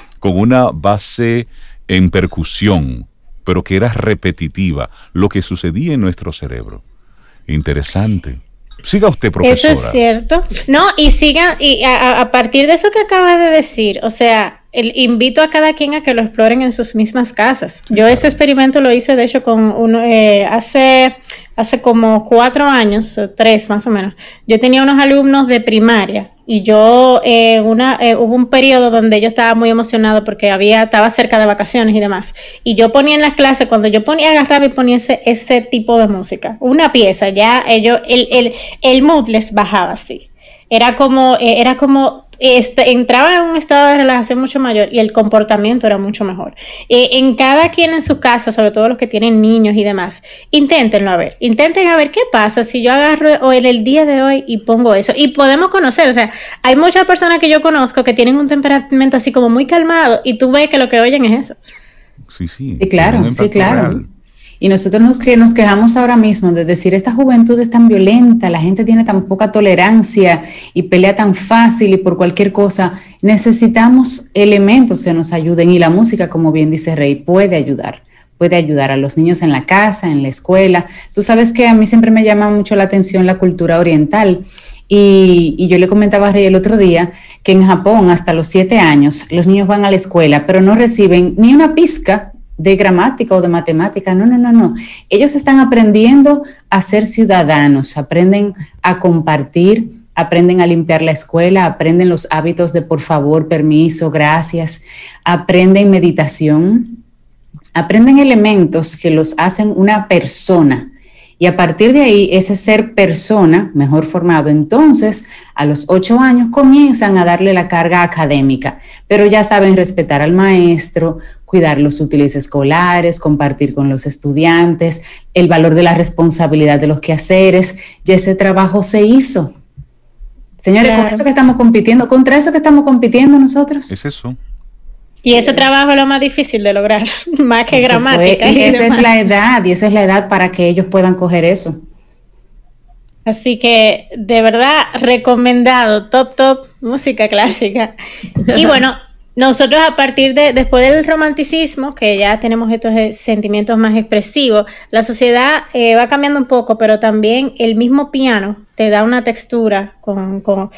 base en percusión, pero que era repetitiva, lo que sucedía en nuestro cerebro. Interesante. Siga usted, profesora. Eso es cierto. No, y sigan, y a partir de eso que acabas de decir, o sea, invito a cada quien a que lo exploren en sus mismas casas. Yo ese experimento lo hice, de hecho, con uno, hace como 4 años, o 3 más o menos. Yo tenía unos alumnos de primaria y yo, hubo un periodo donde yo estaba muy emocionado porque estaba cerca de vacaciones y demás. Y yo ponía en las clases, cuando yo agarraba y ponía ese tipo de música, una pieza, ya el mood les bajaba así. Era como entraba en un estado de relajación mucho mayor y el comportamiento era mucho mejor. En cada quien en su casa, sobre todo los que tienen niños y demás, intenten a ver qué pasa si yo agarro en el día de hoy y pongo eso. Y podemos conocer, o sea, hay muchas personas que yo conozco que tienen un temperamento así como muy calmado y tú ves que lo que oyen es eso. Sí, Sí, claro, tiene un sí, impacto claro. real. Y nosotros nos quejamos ahora mismo de decir, esta juventud es tan violenta, la gente tiene tan poca tolerancia y pelea tan fácil y por cualquier cosa. Necesitamos elementos que nos ayuden y la música, como bien dice Rey, puede ayudar a los niños en la casa, en la escuela. Tú sabes que a mí siempre me llama mucho la atención la cultura oriental y yo le comentaba a Rey el otro día que en Japón hasta los 7 años los niños van a la escuela pero no reciben ni una pizca de gramática o de matemática, no. Ellos están aprendiendo a ser ciudadanos, aprenden a compartir, aprenden a limpiar la escuela, aprenden los hábitos de por favor, permiso, gracias, aprenden meditación, aprenden elementos que los hacen una persona. Y a partir de ahí, ese ser persona mejor formado, entonces a los 8 años comienzan a darle la carga académica, pero ya saben respetar al maestro, cuidar los útiles escolares, compartir con los estudiantes, el valor de la responsabilidad de los quehaceres, ya ese trabajo se hizo. Señores, Claro. con eso que estamos compitiendo, contra eso que estamos compitiendo nosotros. Es eso. Y ese trabajo es lo más difícil de lograr, más que Eso gramática. fue, y esa es demás. la edad, y esa es la edad para que ellos puedan coger eso. Así que, de verdad, recomendado, top, música clásica. Y bueno, nosotros después del romanticismo, que ya tenemos estos sentimientos más expresivos, la sociedad va cambiando un poco, pero también el mismo piano te da una textura con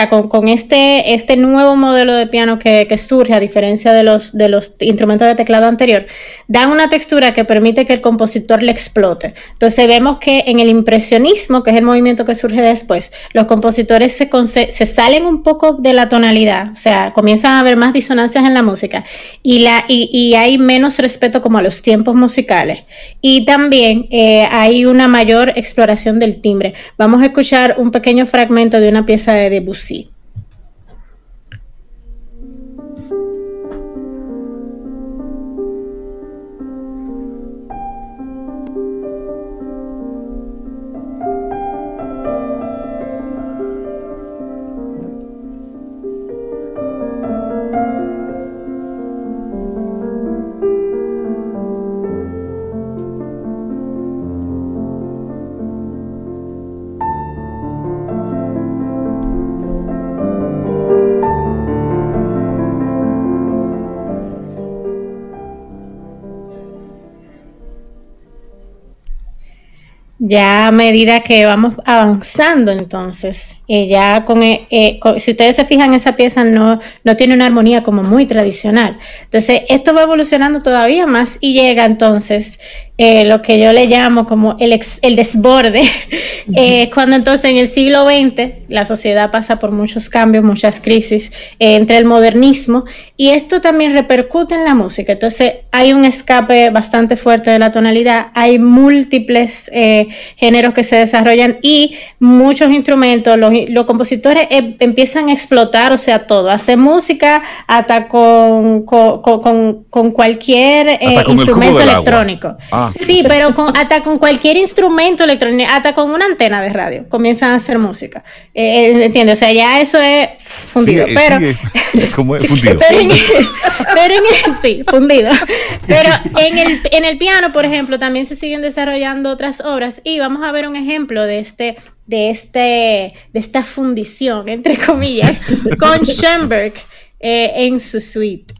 este nuevo modelo de piano que surge, a diferencia de los instrumentos de teclado anterior, dan una textura que permite que el compositor le explote. Entonces vemos que en el impresionismo, que es el movimiento que surge después, los compositores se salen un poco de la tonalidad, o sea, comienzan a haber más disonancias en la música y hay menos respeto como a los tiempos musicales. Y también hay una mayor exploración del timbre. Vamos a escuchar un pequeño fragmento de una pieza de Debussy. ya a medida que vamos avanzando, entonces, ya si ustedes se fijan, esa pieza no tiene una armonía como muy tradicional. Entonces, esto va evolucionando todavía más y llega entonces lo que yo le llamo como el desborde, cuando entonces en el siglo XX la sociedad pasa por muchos cambios, muchas crisis, entre el modernismo, y esto también repercute en la música. Entonces, hay un escape bastante fuerte de la tonalidad, hay múltiples géneros que se desarrollan y muchos instrumentos. Los compositores empiezan a explotar, o sea, todo, hacer música hasta con cualquier instrumento electrónico. Sí, pero hasta con cualquier instrumento electrónico, hasta con una antena de radio, comienzan a hacer música. ¿Entiendes? O sea, ya eso es fundido. ¿Cómo es fundido? Sí, fundido. Pero en el piano, por ejemplo, también se siguen desarrollando otras obras y vamos a ver un ejemplo de esta fundición, entre comillas, con Schoenberg en su suite.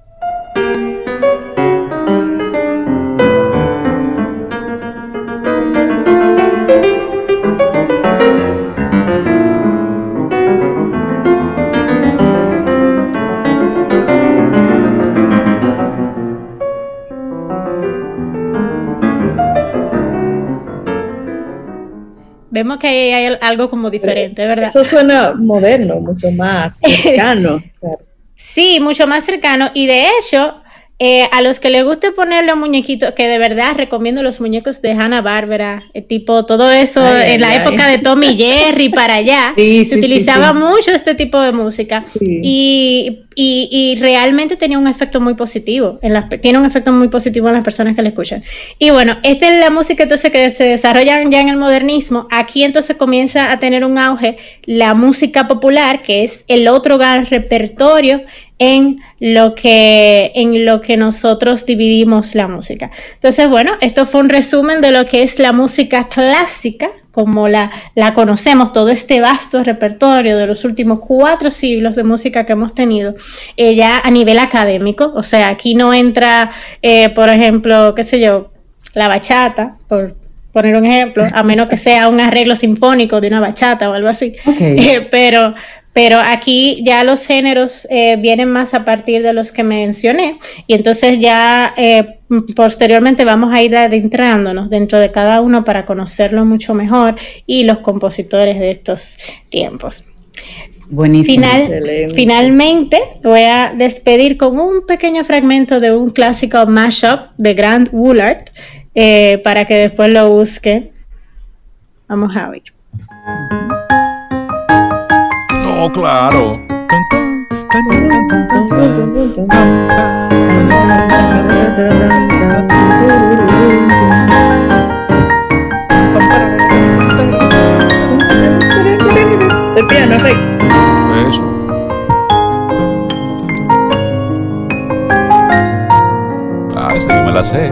Vemos que hay algo como diferente, ¿verdad? Eso suena moderno, mucho más cercano. Sí, mucho más cercano. Y de hecho, a los que les guste poner los muñequitos, que de verdad recomiendo los muñecos de Hanna-Barbera, tipo todo eso, en la época de Tom y Jerry para allá, se utilizaba mucho este tipo de música. Sí. Y realmente tenía un efecto muy positivo, tiene un efecto muy positivo en las personas que le escuchan. Y bueno, esta es la música entonces que se desarrolla ya en el modernismo. Aquí entonces comienza a tener un auge la música popular, que es el otro gran repertorio en lo que nosotros dividimos la música. Entonces, bueno, esto fue un resumen de lo que es la música clásica, como la conocemos, todo este vasto repertorio de los últimos 4 siglos de música que hemos tenido, ya a nivel académico. O sea, aquí no entra, por ejemplo, qué sé yo, la bachata, por poner un ejemplo, a menos que sea un arreglo sinfónico de una bachata o algo así. Okay. Pero aquí ya los géneros vienen más a partir de los que mencioné, y entonces ya posteriormente vamos a ir adentrándonos dentro de cada uno para conocerlo mucho mejor y los compositores de estos tiempos. Buenísimo. Finalmente voy a despedir con un pequeño fragmento de un classical mashup de Grant Woolard, para que después lo busque. Vamos a ver. Oh, claro. El piano, Rey. Eso. Esa yo me la sé.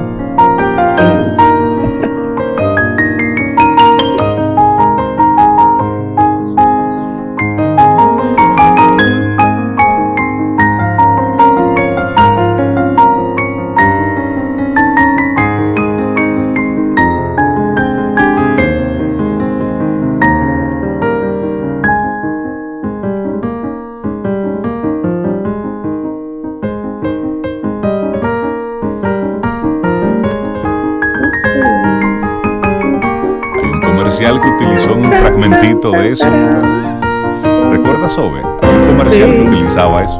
Que utilizó un fragmentito de eso. ¿Recuerdas, Sobe? Un comercial que utilizaba eso.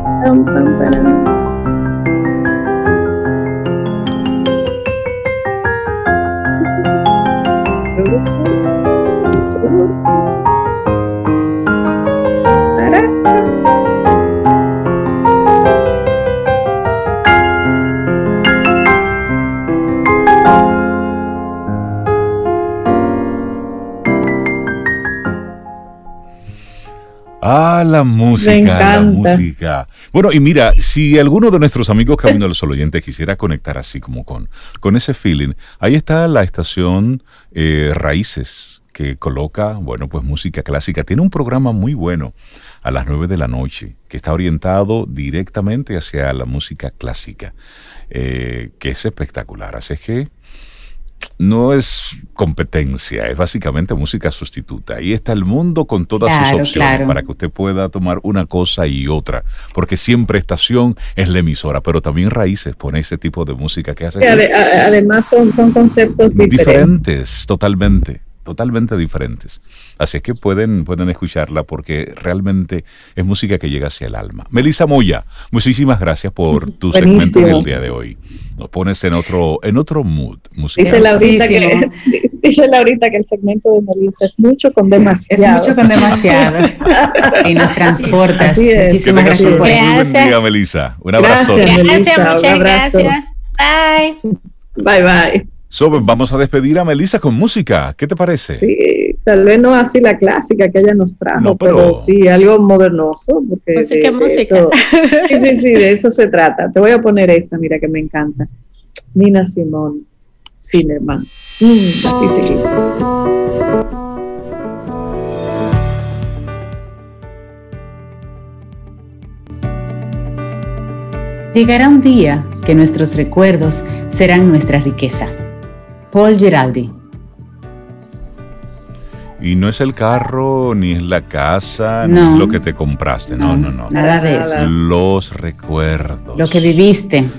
La música. Bueno, y mira, si alguno de nuestros amigos Camino al Sol oyentes quisiera conectar así como con ese feeling, ahí está la estación Raíces, que coloca, bueno, pues música clásica. Tiene un programa muy bueno a las 9 de la noche, que está orientado directamente hacia la música clásica, que es espectacular. Así es que no es competencia, es básicamente música sustituta. Ahí está el mundo con todas sus opciones para que usted pueda tomar una cosa y otra, porque siempre estación es la emisora, pero también Raíces pone ese tipo de música que hace. Además son conceptos diferentes, totalmente diferentes. Así es que pueden escucharla porque realmente es música que llega hacia el alma. Melissa Moya, muchísimas gracias por tu segmento en el día de hoy. Nos pones en otro mood musical. Dice Laurita que el segmento de Melissa es mucho con demasiado. Es mucho con demasiado. Y nos transportas. Muchísimas gracias por eso. Buen día, Melissa. Un abrazo. Gracias, Melissa. Muchas gracias. Bye. Bye. Vamos a despedir a Melissa con música. ¿Qué te parece? Sí, tal vez no así la clásica que ella nos trajo, pero sí algo modernoso. Porque música. Sí, de eso se trata. Te voy a poner esta, mira que me encanta. Nina Simone, Zimmerman. Así seguimos. Llegará un día que nuestros recuerdos serán nuestra riqueza. Paul Giraldi. Y no es el carro, ni es la casa, ni es lo que te compraste. No. Nada de eso. Los recuerdos. Lo que viviste.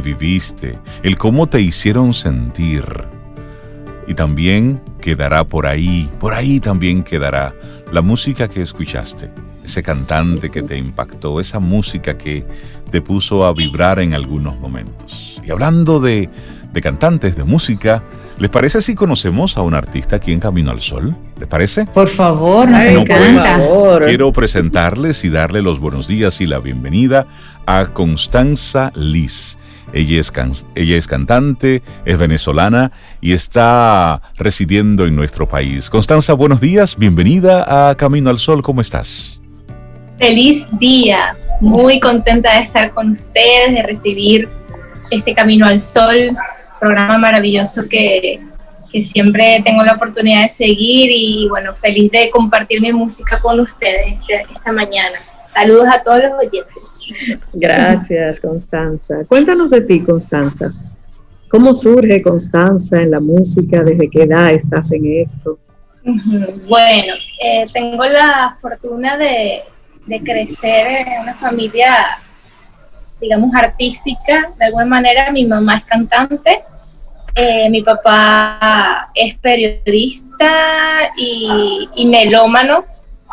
El cómo te hicieron sentir. Y también quedará por ahí también quedará la música que escuchaste. Ese cantante que te impactó, esa música que te puso a vibrar en algunos momentos. Y hablando de cantantes, de música, ¿les parece si conocemos a un artista aquí en Camino al Sol? ¿Les parece? Por favor, nos encanta. Por favor. Quiero presentarles y darle los buenos días y la bienvenida a Constanza Liz. Ella es cantante, es venezolana y está residiendo en nuestro país. Constanza, buenos días, bienvenida a Camino al Sol, ¿cómo estás? Feliz día, muy contenta de estar con ustedes, de recibir este Camino al Sol, programa maravilloso que siempre tengo la oportunidad de seguir y bueno, feliz de compartir mi música con ustedes esta mañana. Saludos a todos los oyentes. Gracias, Constanza. Cuéntanos de ti, Constanza. ¿Cómo surge Constanza en la música? ¿Desde qué edad estás en esto? Bueno, tengo la fortuna de crecer en una familia, digamos, artística. De alguna manera, mi mamá es cantante, mi papá es periodista y melómano,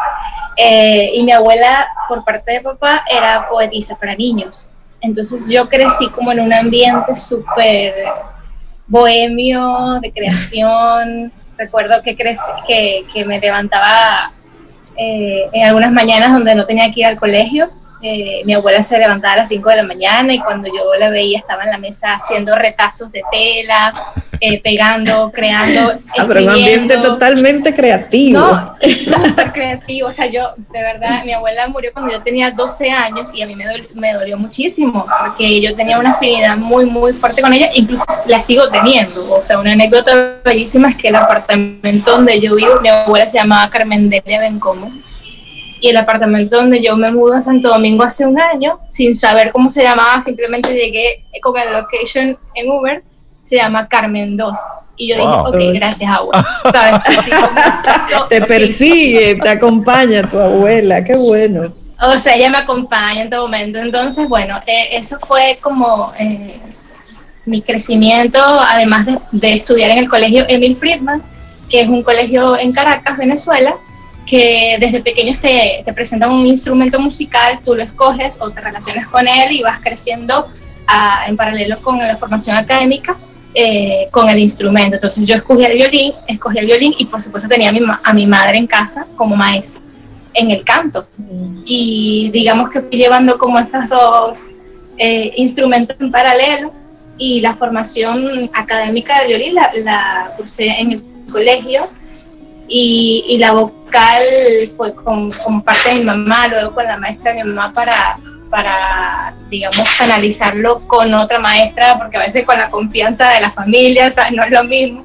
y mi abuela, por parte de papá, era poetisa para niños. Entonces yo crecí como en un ambiente súper bohemio, de creación. Recuerdo que me levantaba en algunas mañanas donde no tenía que ir al colegio. Mi abuela se levantaba a las 5 de la mañana y cuando yo la veía estaba en la mesa haciendo retazos de tela, pegando, creando, pero un ambiente totalmente creativo. No, súper creativo. O sea, yo, de verdad, mi abuela murió cuando yo tenía 12 años y a mí me dolió muchísimo porque yo tenía una afinidad muy, muy fuerte con ella, incluso la sigo teniendo. O sea, una anécdota bellísima es que el apartamento donde yo vivo, mi abuela se llamaba Carmen Delia Bencomo, y el apartamento donde yo me mudo a Santo Domingo hace un año, sin saber cómo se llamaba, simplemente llegué con el location en Uber, se llama Carmen 2. Y yo dije, ok, gracias, abuela. ¿Sabes? Así como, te persigue, te acompaña tu abuela, qué bueno. O sea, ella me acompaña en todo momento. Entonces, bueno, eso fue como mi crecimiento, además de estudiar en el colegio Emil Friedman, que es un colegio en Caracas, Venezuela, que desde pequeños te presentan un instrumento musical, tú lo escoges o te relacionas con él y vas creciendo en paralelo con la formación académica con el instrumento. Entonces yo escogí el violín y por supuesto tenía a mi madre en casa como maestra en el canto. Y digamos que fui llevando como esos dos instrumentos en paralelo y la formación académica del violín la cursé en el colegio. Y la vocal fue como parte de mi mamá, luego con la maestra de mi mamá para digamos, canalizarlo con otra maestra, porque a veces con la confianza de la familia, ¿sabes? No es lo mismo.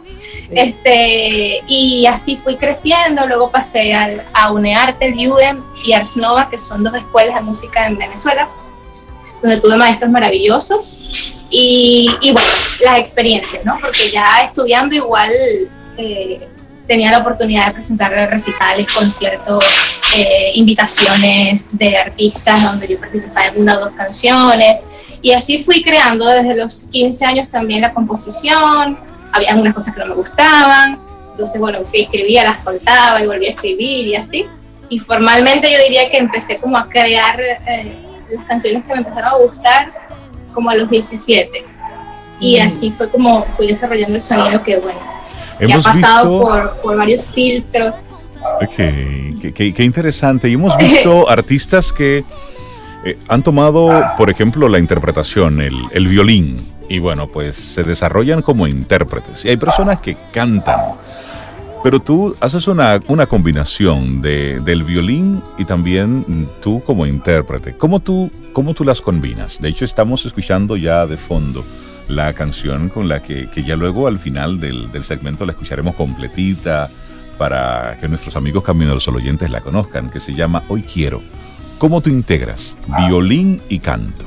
Y así fui creciendo, luego pasé a UNEARTE, el UDEM y Ars Nova, que son dos escuelas de música en Venezuela, donde tuve maestros maravillosos. Y bueno, las experiencias, ¿no? Porque ya estudiando igual tenía la oportunidad de presentar recitales, conciertos, invitaciones de artistas donde yo participaba en 1 o 2 canciones. Y así fui creando desde los 15 años también la composición. Había algunas cosas que no me gustaban. Entonces, bueno, que escribía, las soltaba y volvía a escribir y así. Y formalmente yo diría que empecé como a crear las canciones que me empezaron a gustar como a los 17. Y así fue como fui desarrollando el sonido que, bueno, que ha pasado por varios filtros. Qué interesante. Y hemos visto artistas que han tomado, por ejemplo, la interpretación, el violín, y bueno, pues se desarrollan como intérpretes. Y hay personas que cantan. Pero tú haces una combinación del violín y también tú como intérprete. ¿Cómo tú las combinas? De hecho, estamos escuchando ya de fondo la canción con la que ya luego al final del segmento la escucharemos completita para que nuestros amigos Camino al Sol oyentes la conozcan, que se llama Hoy Quiero. ¿Cómo tú integras violín y canto?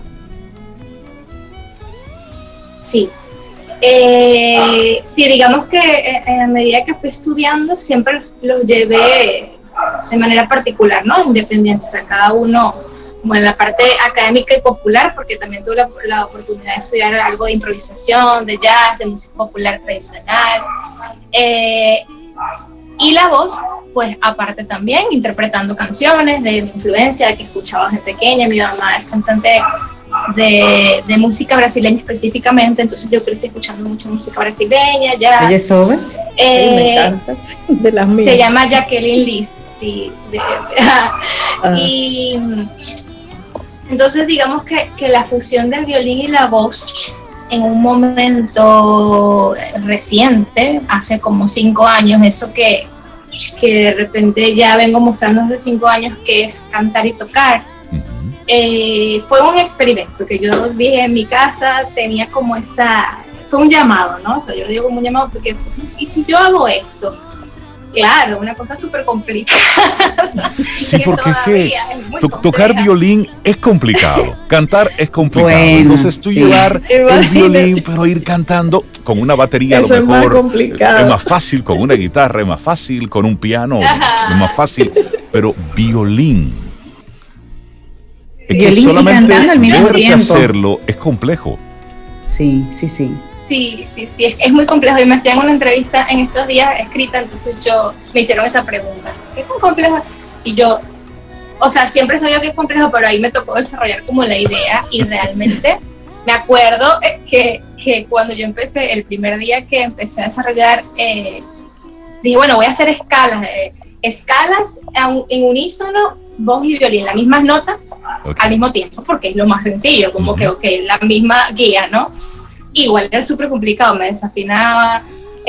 Sí. Sí, digamos que a medida que fui estudiando siempre los llevé de manera particular, ¿no? Independiente, o sea, cada uno, bueno, la parte académica y popular, porque también tuve la oportunidad de estudiar algo de improvisación, de jazz, de música popular tradicional, y la voz, pues aparte también, interpretando canciones de mi influencia, de que escuchaba desde pequeña. Mi mamá es cantante de música brasileña específicamente, entonces yo crecí escuchando mucha música brasileña, jazz. ¿Ella es joven? Me encanta, de las mías. Se llama Jacqueline Liz, sí. Y entonces digamos que la fusión del violín y la voz en un momento reciente, hace como 5 años, eso que de repente ya vengo mostrando hace 5 años, que es cantar y tocar. Fue un experimento que yo dije en mi casa, tenía como fue un llamado, ¿no? O sea, yo lo digo como un llamado porque, ¿y si yo hago esto? Claro, una cosa súper complicada. Sí, porque tocar violín es complicado, cantar es complicado. Bueno, entonces tú llevar el violín, pero ir cantando con una batería, eso a lo mejor es más complicado. Es más fácil, con una guitarra es más fácil, con un piano es más fácil, pero violín. Es que solamente y cantando al mismo tiempo. Hacerlo es complejo. Sí. Sí, es muy complejo. Y me hacían una entrevista en estos días escrita, entonces me hicieron esa pregunta. ¿Qué es tan complejo? Y yo, o sea, siempre sabía que es complejo, pero ahí me tocó desarrollar como la idea y realmente me acuerdo que cuando yo empecé, el primer día que empecé a desarrollar, dije, bueno, voy a hacer escalas en unísono, voz y violín, las mismas notas al mismo tiempo, porque es lo más sencillo, como que la misma guía, ¿no? Igual era súper complicado, me desafinaba,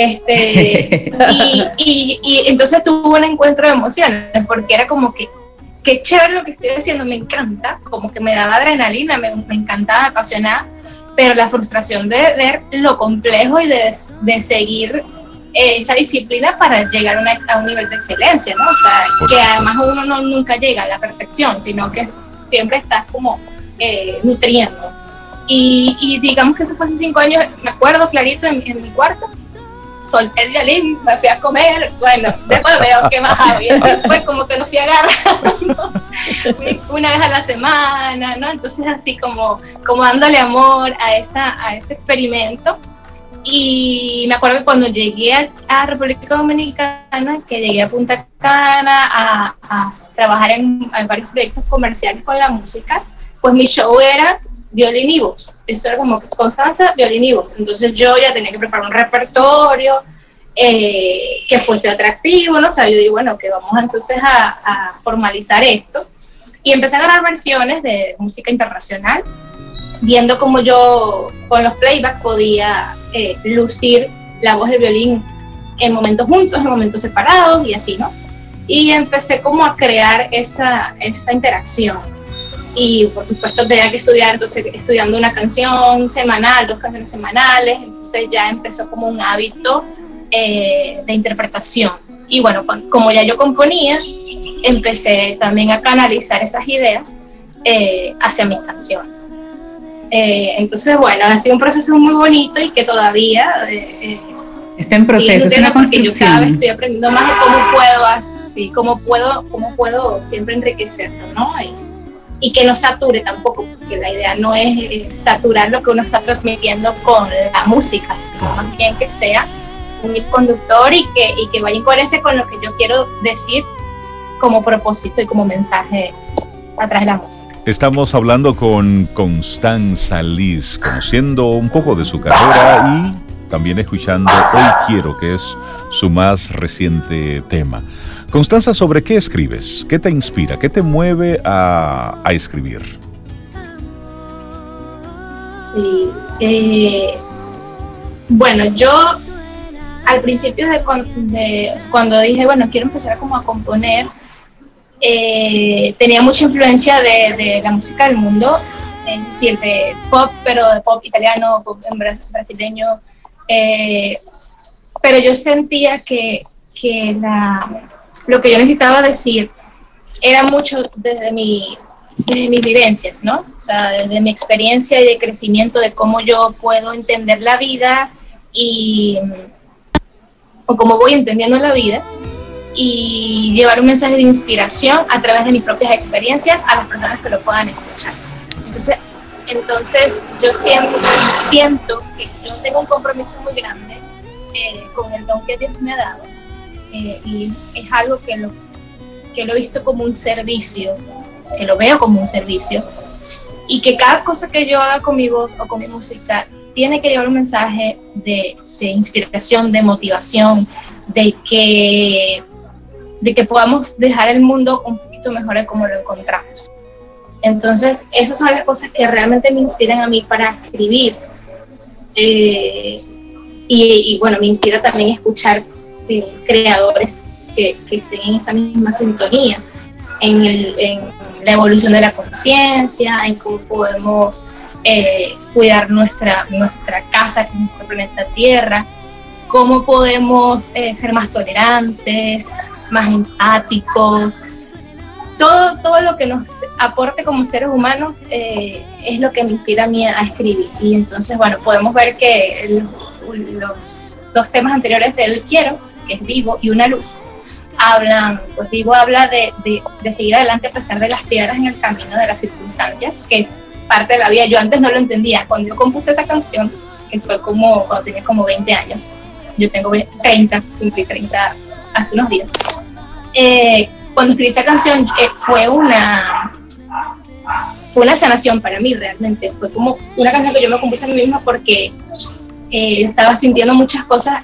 y entonces tuve un encuentro de emociones, porque era como que qué chévere lo que estoy haciendo, me encanta, como que me daba adrenalina, me encantaba, me apasionaba, pero la frustración de ver lo complejo y de seguir esa disciplina para llegar a un nivel de excelencia, ¿no? O sea, que además uno nunca llega a la perfección, sino que siempre estás como nutriendo. Y digamos que eso fue hace 5 años, me acuerdo clarito en mi cuarto, solté el violín, me fui a comer, bueno, después veo que bajaba y así fue como que nos fui agarrando una vez a la semana, ¿no? Entonces así como dándole amor a ese experimento. Y me acuerdo que cuando llegué a República Dominicana, que llegué a Punta Cana a trabajar en varios proyectos comerciales con la música, pues mi show era violín y voz. Eso era como Constanza, violín y voz. Entonces yo ya tenía que preparar un repertorio que fuese atractivo, ¿no? O sea, yo digo, bueno, que vamos entonces a formalizar esto. Y empecé a grabar versiones de música internacional, viendo cómo yo con los playback podía lucir la voz del violín en momentos juntos, en momentos separados y así, ¿no? Y empecé como a crear esa interacción. Y por supuesto tenía que estudiar, entonces estudiando una canción semanal, 2 canciones semanales, entonces ya empezó como un hábito de interpretación. Y bueno, como ya yo componía, empecé también a canalizar esas ideas hacia mis canciones. Entonces, bueno, ha sido un proceso muy bonito y que todavía está en proceso, es una construcción. Yo cada vez estoy aprendiendo más de cómo puedo siempre enriquecerlo, ¿no? Y que no sature tampoco, porque la idea no es saturar lo que uno está transmitiendo con la música, sino más bien que sea un conductor y que vaya en coherencia con lo que yo quiero decir como propósito y como mensaje atrás de la música. Estamos hablando con Constanza Liz, conociendo un poco de su carrera y también escuchando Hoy Quiero, que es su más reciente tema. Constanza, ¿sobre qué escribes? ¿Qué te inspira? ¿Qué te mueve a escribir? Sí, bueno, yo al principio de cuando dije, bueno, quiero empezar como a componer, tenía mucha influencia de la música del mundo, es decir, de pop, pero de pop italiano, pop brasileño, pero yo sentía que lo que yo necesitaba decir era mucho desde mis vivencias, ¿no? O sea, desde mi experiencia y de crecimiento, de cómo yo puedo entender la vida o cómo voy entendiendo la vida, y llevar un mensaje de inspiración a través de mis propias experiencias a las personas que lo puedan escuchar. Entonces yo siento que yo tengo un compromiso muy grande con el don que Dios me ha dado, y es algo que lo he visto como un servicio, que lo veo como un servicio, y que cada cosa que yo haga con mi voz o con mi música tiene que llevar un mensaje de inspiración, de motivación, de que podamos dejar el mundo un poquito mejor de como lo encontramos. Entonces, esas son las cosas que realmente me inspiran a mí para escribir. Y bueno, me inspira también escuchar creadores que estén en esa misma sintonía, en la evolución de la conciencia, en cómo podemos cuidar nuestra casa, nuestro planeta Tierra, cómo podemos ser más tolerantes, más empáticos. Todo lo que nos aporte como seres humanos es lo que me inspira a mí a escribir. Y entonces, bueno, podemos ver que los dos temas anteriores de Hoy Quiero, que es Vivo y Una Luz, pues Vivo habla de seguir adelante a pesar de las piedras en el camino, de las circunstancias, que es parte de la vida. Yo antes no lo entendía. Cuando yo compuse esa canción, que fue cuando tenía como 20 años, yo tengo 30, cumplí 30 hace unos días. Cuando escribí esa canción fue una sanación para mí realmente. Fue como una canción que yo me compuse a mí misma porque yo estaba sintiendo muchas cosas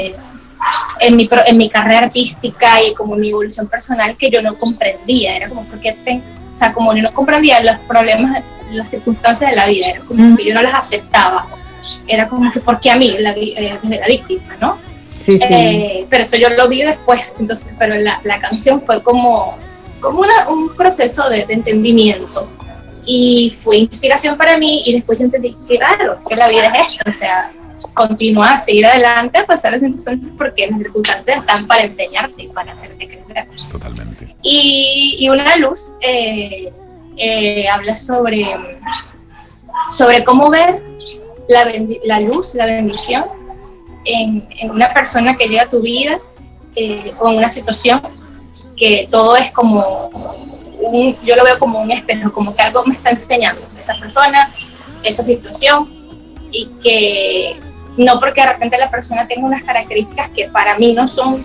en mi carrera artística y como mi evolución personal que yo no comprendía. Era como como yo no comprendía los problemas, las circunstancias de la vida, era como que yo no las aceptaba. Era como que, ¿por qué a mí? Desde la víctima, ¿no? Sí, sí. Pero eso yo lo vi después, entonces, pero la canción fue como un proceso de entendimiento, y fue inspiración para mí, y después yo entendí que claro, que la vida es esto, o sea, continuar, seguir adelante a pasar las circunstancias, porque las circunstancias están para enseñarte y para hacerte crecer. Totalmente. Y Una Luz habla sobre cómo ver la luz, la bendición en una persona que llega a tu vida o en una situación que todo es como yo lo veo como un espejo, como que algo me está enseñando esa persona, esa situación, y que no porque de repente la persona tenga unas características que para mí no son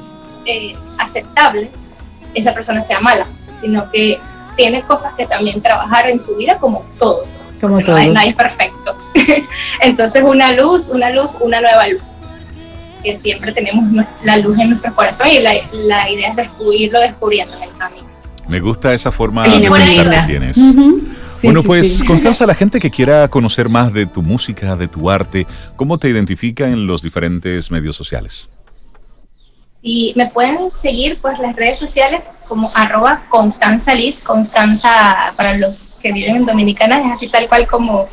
aceptables, esa persona sea mala, sino que tiene cosas que también trabajar en su vida como todos. Como todos. Nadie es perfecto. Entonces una luz, una nueva luz. Que siempre tenemos la luz en nuestro corazón, y la idea es irlo descubriendo en el camino. Me gusta esa forma de pensar que tienes. Sí, bueno, sí, pues sí. Constanza, la gente que quiera conocer más de tu música, de tu arte, ¿cómo te identifica en los diferentes medios sociales? Sí, me pueden seguir pues las redes sociales como @ConstanzaLiz. Constanza, para los que viven en Dominicana, es así tal cual como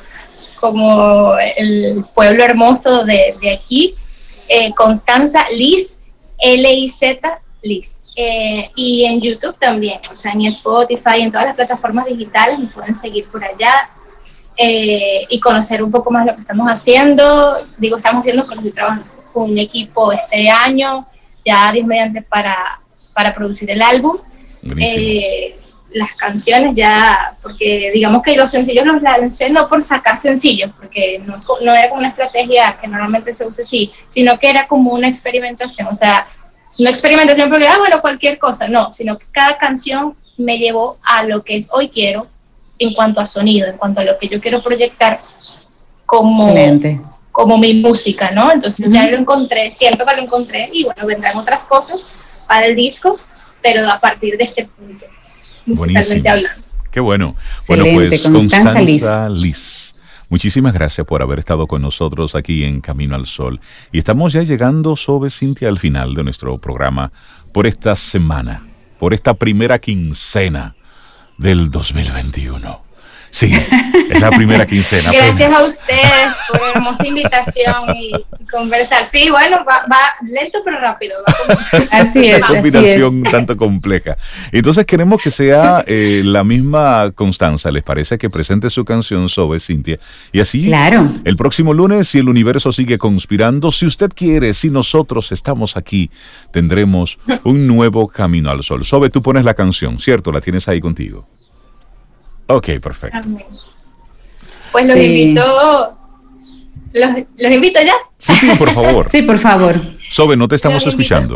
el pueblo hermoso de aquí. Constanza Liz, L-I-Z, Liz. Y en YouTube también, o sea, en Spotify, en todas las plataformas digitales me pueden seguir por allá. y conocer un poco más lo que estamos haciendo. Digo estamos haciendo porque estoy trabajando con un equipo este año, ya Dios mediante, para producir el álbum. Las canciones ya, porque digamos que los sencillos los lancé no por sacar sencillos, porque no era como una estrategia que normalmente se usa así, sino que era como una experimentación, o sea, no experimentación porque, bueno, cualquier cosa, no, sino que cada canción me llevó a lo que es Hoy Quiero, en cuanto a sonido, en cuanto a lo que yo quiero proyectar como mi música, ¿no? Entonces ya lo encontré, siento que lo encontré, y bueno, vendrán otras cosas para el disco, pero a partir de este punto, musicalmente hablando. Qué bueno. Excelente. Bueno, pues Constanza Liz, muchísimas gracias por haber estado con nosotros aquí en Camino al Sol. Y estamos ya llegando, Sobe, Cintia, al final de nuestro programa por esta semana, por esta primera quincena del 2021. Sí, es la primera quincena. Gracias a ustedes por la hermosa invitación y conversar. Sí, bueno, va lento pero rápido. Así es. Una combinación tanto compleja. Entonces queremos que sea la misma Constanza, ¿les parece? Que presente su canción Sobe, Cintia. Y así, claro, el próximo lunes, si el universo sigue conspirando, si usted quiere, si nosotros estamos aquí, tendremos un nuevo Camino al Sol. Sobe, tú pones la canción, ¿cierto? La tienes ahí contigo. Ok, perfecto. Pues los invito ya. Sí, por favor. Sí, por favor. Sobe, no te estamos escuchando.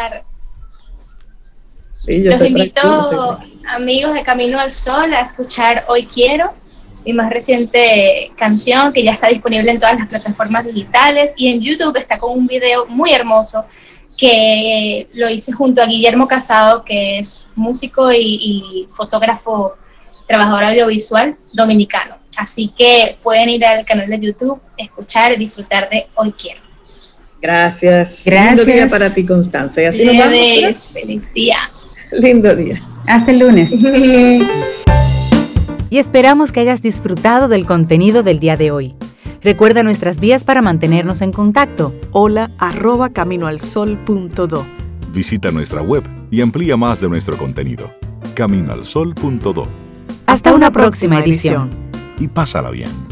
Los invito, amigos de Camino al Sol, a escuchar Hoy Quiero, mi más reciente canción, que ya está disponible en todas las plataformas digitales, y en YouTube está con un video muy hermoso que lo hice junto a Guillermo Casado, que es músico y fotógrafo, trabajador audiovisual dominicano. Así que pueden ir al canal de YouTube, escuchar y disfrutar de Hoy Quiero. Gracias. Lindo día para ti, Constanza. Y así nos vamos. Feliz día. Lindo día. Hasta el lunes. Y esperamos que hayas disfrutado del contenido del día de hoy. Recuerda nuestras vías para mantenernos en contacto. hola@caminoalsol.do. Visita nuestra web y amplía más de nuestro contenido. caminoalsol.do. Hasta una próxima edición. Y pásala bien.